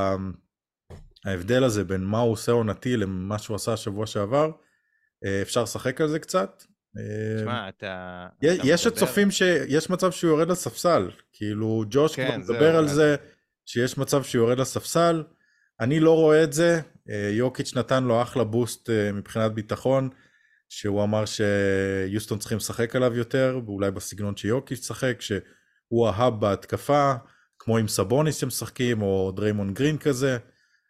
שההבדל הזה בין מה הוא עושה עונתי למה שהוא עשה השבוע שעבר, אפשר לשחק על זה קצת, תשמע, אתה... יש הצופים שיש מצב שהוא יורד לספסל, כאילו ג'וש כבר מדבר על זה, שיש מצב שהוא יורד לספסל, אני לא רואה את זה, יוקיץ' נתן לו אחלה בוסט מבחינת ביטחון, שהוא אמר שיוסטון צריכים לשחק עליו יותר, ואולי בסגנון שיוקיץ' שחק, שהוא ההאב בהתקפה, כמו עם סבוניס שמשחקים, או דריימון גרין כזה,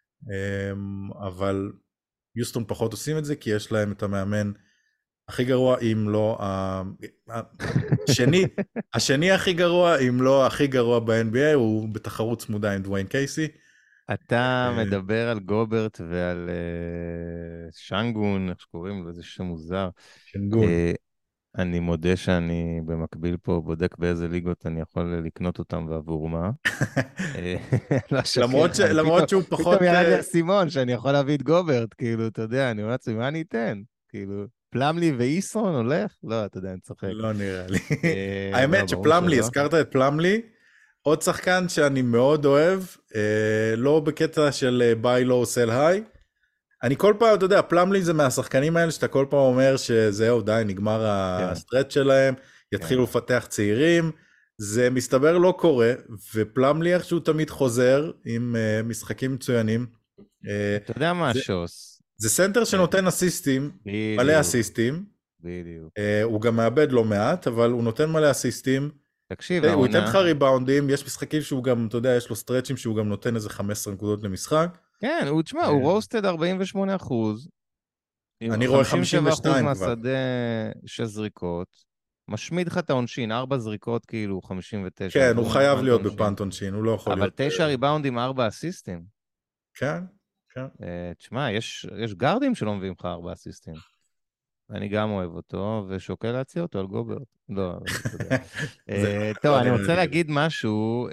אבל יוסטון פחות עושים את זה, כי יש להם את המאמן הכי גרוע, אם לא, השני, השני הכי גרוע, אם לא הכי גרוע ב-אן בי איי, הוא בתחרות צמודה עם דוויין קייסי. אתה מדבר על גוברט ועל שנגון, איך שקוראים לו, איזה שם מוזר. שנגון. אני מודה שאני במקביל פה בודק באיזה ליגות אני יכול לקנות אותם ועבור מה. למרות שהוא פחות... פתאום ירד לי הסימון שאני יכול להביא את גוברט, כאילו, אתה יודע, אני אומר לעצמי, מה אני אתן? כאילו, פלמלי ואיסון הולך? לא, אתה יודע, אני צוחק. לא נראה לי. האמת שפלמלי, הזכרת את פלמלי, עוד שחקן שאני מאוד אוהב, לא בקטע של ביי לואו סל היי, אני כל פעם, אתה יודע, פלמלי זה מהשחקנים האלה שאתה כל פעם אומר שזהו, די, נגמר הסטרט שלהם, יתחילו לפתח צעירים, זה מסתבר לא קורה, ופלמלי איכשהו תמיד חוזר עם משחקים מצוינים. אתה יודע מה השוס? זה סנטר שנותן אסיסטים, מלא אסיסטים, הוא גם מאבד לא מעט, אבל הוא נותן מלא אסיסטים, תקשיב, הוא ייתן לך ריבאונדים, יש משחקים שהוא גם, אתה יודע, יש לו סטרצ'ים שהוא גם נותן איזה חמש עשרה נקודות למשחק. כן, הוא תשמע, הוא רוסטד ארבעים ושמונה אחוז. אני רואה חמישים ושתיים כבר. חמישים ושבע אחוז מהשדה שש זריקות. משמיד לך את העונשין, ארבע זריקות כאילו, חמישים ותשע. כן, הוא חייב להיות בפאנט עונשין, הוא לא יכול להיות. אבל תשע ריבאונדים, ארבע אסיסטים. כן, כן. תשמע, יש גארדים שלא מביאים לך ארבע אסיסטים. אני גם אוהב אותו, ושוקל להציע אותו על גוברט. לא, אתה יודע. טוב, אני רוצה להגיד משהו.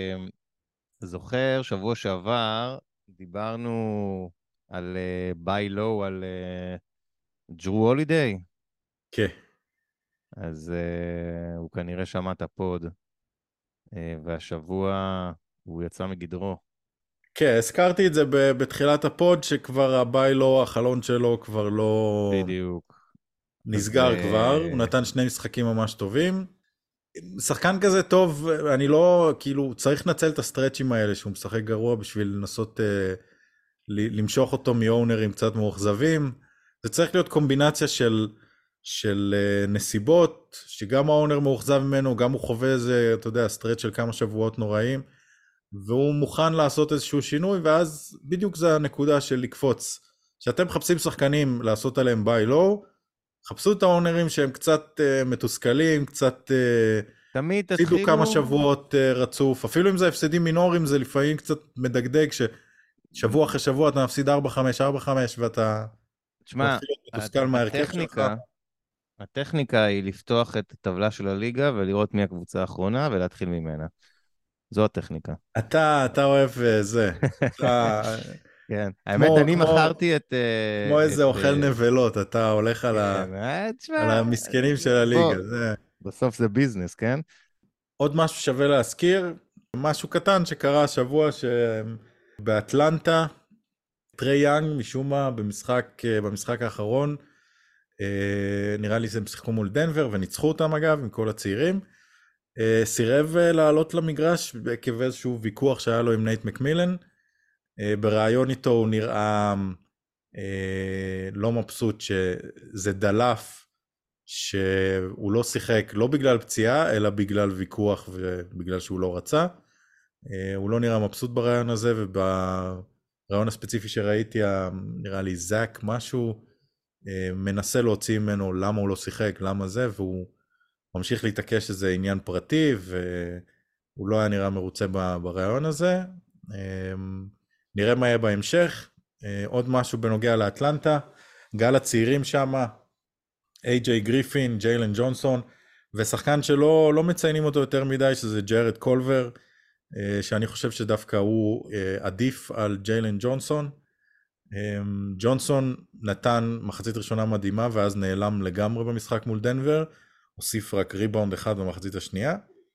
זוכר, שבוע שעבר, דיברנו על ביי לואו, על ג'רו הולידיי. כן. אז הוא כנראה שמע את הפוד, והשבוע הוא יצא מגדרו. כן, הזכרתי את זה בתחילת הפוד, שכבר הביי לואו, החלון שלו כבר לא... בדיוק. נסגר כבר, הוא נתן שני משחקים ממש טובים. שחקן כזה טוב, אני לא, כאילו, צריך לנצל את הסטרצ'ים האלה, שהוא משחק גרוע בשביל לנסות אה, למשוך אותו מאונרים קצת מאוכזבים. זה צריך להיות קומבינציה של, של אה, נסיבות, שגם האונר מאוכזב ממנו, גם הוא חווה איזה, אתה יודע, סטרצ' של כמה שבועות נוראים, והוא מוכן לעשות איזשהו שינוי, ואז בדיוק זה הנקודה של לקפוץ. כשאתם מחפשים שחקנים לעשות עליהם ביי לואו, חפשו את האונרים שהם קצת uh, מתוסכלים, קצת uh, תמיד תתחילו... תתחילו כמה שבועות uh, רצוף, אפילו אם זה הפסדים מינורים, זה לפעמים קצת מדגדג, ששבוע אחרי שבוע אתה מפסיד ארבע חמש, ארבע חמש, ואתה תשמע, מתוסכל מהרכב שלך. הטכניקה היא לפתוח את הטבלה של הליגה, ולראות מי הקבוצה האחרונה, ולהתחיל ממנה. זו הטכניקה. אתה, אתה אוהב זה. אתה... כן, האמת, אני מכרתי את... כמו איזה אוכל נבלות, אתה הולך על המסכנים של הליגה. בסוף זה ביזנס, כן? עוד משהו שווה להזכיר, משהו קטן שקרה השבוע שבאטלנטה, טרי יאנג משום מה במשחק, במשחק האחרון, נראה לי שהם שיחקו מול דנבר וניצחו אותם אגב עם כל הצעירים, סירב לעלות למגרש עקב איזשהו ויכוח שהיה לו עם נייט מקמילן, ברעיון איתו הוא נראה אה, לא מבסוט שזה דלף שהוא לא שיחק לא בגלל פציעה אלא בגלל ויכוח ובגלל שהוא לא רצה. אה, הוא לא נראה מבסוט ברעיון הזה, וברעיון הספציפי שראיתי נראה לי זק משהו אה, מנסה להוציא ממנו למה הוא לא שיחק, למה זה, והוא ממשיך להתעקש שזה עניין פרטי והוא לא היה נראה מרוצה ברעיון הזה. אה, נראה מה יהיה בהמשך. עוד משהו בנוגע לאטלנטה, גל הצעירים שם, איי ג'יי גריפין, ג'יילן ג'ונסון, ושחקן שלא לא מציינים אותו יותר מדי, שזה ג'רד קולבר, שאני חושב שדווקא הוא עדיף על ג'יילן ג'ונסון. ג'ונסון נתן מחצית ראשונה מדהימה, ואז נעלם לגמרי במשחק מול דנבר, הוסיף רק ריבאונד אחד במחצית השנייה.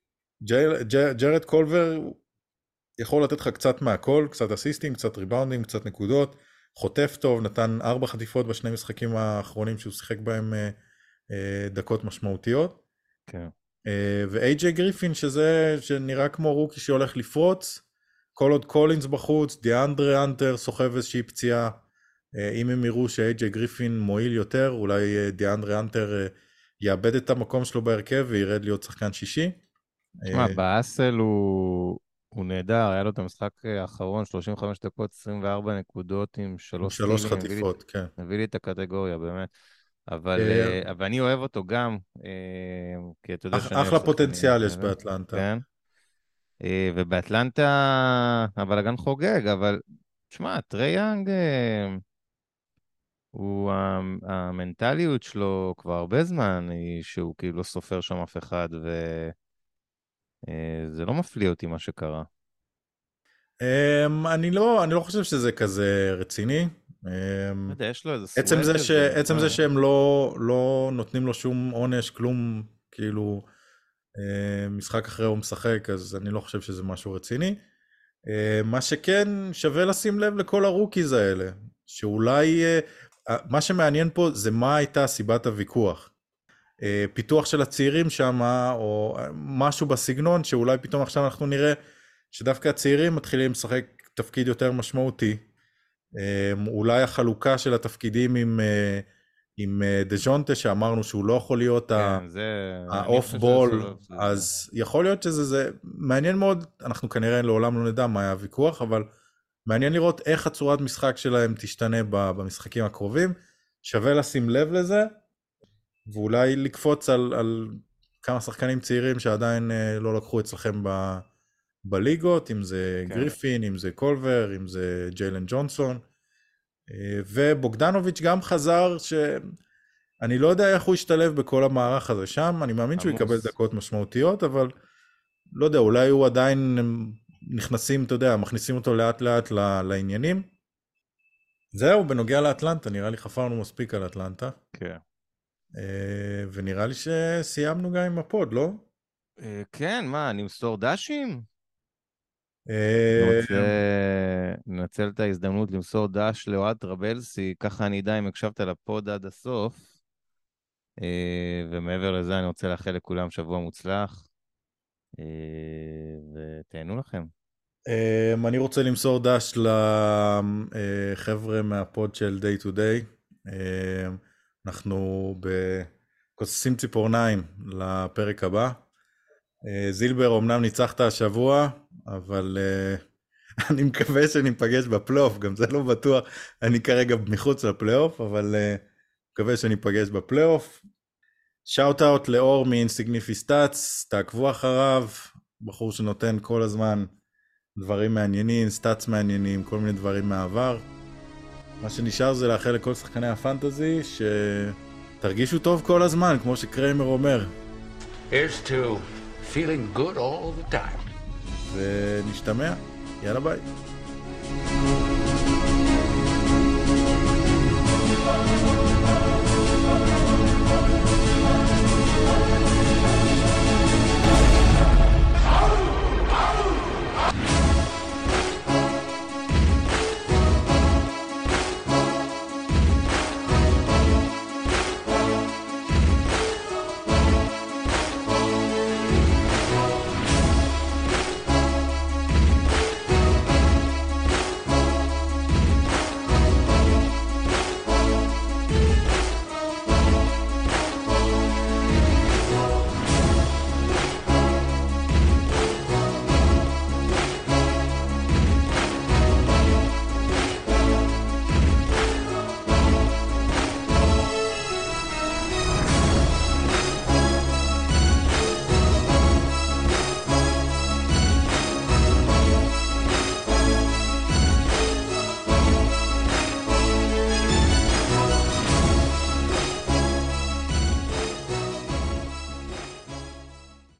ג'רד קולבר יכול לתת לך קצת מהכל, קצת אסיסטים, קצת ריבאונדים, קצת נקודות, חוטף טוב, נתן ארבע חטיפות בשני משחקים האחרונים שהוא שיחק בהם דקות משמעותיות. כן. ו-איי ג'יי גריפין, שזה שנראה כמו רוקי שהולך לפרוץ, כל עוד קולינס בחוץ, דיאנדרה אנטר סוחב איזושהי פציעה, אם הם יראו ש-איי ג'יי גריפין מועיל יותר, אולי דיאנדרה אנטר יאבד את המקום שלו בהרכב וירד להיות שחקן שישי. תשמע, באסל הוא, הוא נהדר, היה לו את המשחק האחרון, שלושים וחמש דקות, עשרים וארבע נקודות עם שלוש, שלוש חטיפות, כן. מביא לי את הקטגוריה, באמת. אבל, אבל אני אוהב אותו גם, כי אתה יודע שאני... אחלה פוטנציאל יש באטלנטה. כן. ובאטלנטה הבלגן חוגג, אבל תשמע, טרי יאנג, הוא, המנטליות שלו כבר הרבה זמן, היא שהוא כאילו לא סופר שם אף אחד, וזה לא מפליא אותי מה שקרה. אני לא, אני לא חושב שזה כזה רציני. לא יודע, יש לו איזה סוואט עצם זה כזה. ש, עצם זה שהם לא, לא נותנים לו שום עונש, כלום, כאילו, משחק אחרי הוא משחק, אז אני לא חושב שזה משהו רציני. מה שכן, שווה לשים לב לכל הרוקיז האלה, שאולי, מה שמעניין פה זה מה הייתה סיבת הוויכוח. פיתוח של הצעירים שם, או משהו בסגנון, שאולי פתאום עכשיו אנחנו נראה, שדווקא הצעירים מתחילים לשחק תפקיד יותר משמעותי. אולי החלוקה של התפקידים עם, עם דז'ונטה, שאמרנו שהוא לא יכול להיות האוף בול, אז יכול להיות שזה זה, מעניין מאוד, אנחנו כנראה לעולם לא נדע מה היה הוויכוח, אבל מעניין לראות איך הצורת משחק שלהם תשתנה במשחקים הקרובים, שווה לשים לב לזה, ואולי לקפוץ על, על כמה שחקנים צעירים שעדיין לא לקחו אצלכם ב... בליגות, אם זה כן. גריפין, אם זה קולבר, אם זה ג'יילן ג'ונסון, ובוגדנוביץ' גם חזר, שאני לא יודע איך הוא ישתלב בכל המערך הזה שם, אני מאמין שהוא יקבל דקות משמעותיות, אבל לא יודע, אולי הוא עדיין נכנסים, אתה יודע, מכניסים אותו לאט לאט לעניינים. זהו, בנוגע לאטלנטה, נראה לי חפרנו מספיק על אטלנטה. כן. ונראה לי שסיימנו גם עם הפוד, לא? כן, מה, נמסור דשים? ננצל את ההזדמנות למסור דש לאוהד טרבלסי, ככה אני יודע אם הקשבת לפוד עד הסוף, ומעבר לזה אני רוצה לאחל לכולם שבוע מוצלח, ותהנו לכם. אני רוצה למסור דש לחבר'ה מהפוד של Day to Day, אנחנו בכוססים ציפורניים לפרק הבא, זילבר אמנם ניצחת השבוע, אבל uh, אני מקווה שניפגש בפלייאוף, גם זה לא בטוח, אני כרגע מחוץ לפלייאוף, אבל uh, מקווה שניפגש בפלייאוף. שאוט אאוט לאור מאינסיגניפי סטאצ, תעקבו אחריו, בחור שנותן כל הזמן דברים מעניינים, סטאצ מעניינים, כל מיני דברים מהעבר. מה שנשאר זה לאחל לכל שחקני הפנטזי, שתרגישו טוב כל הזמן, כמו שקריימר אומר. Here's to feeling good all the time. ונשתמע, יאללה ביי.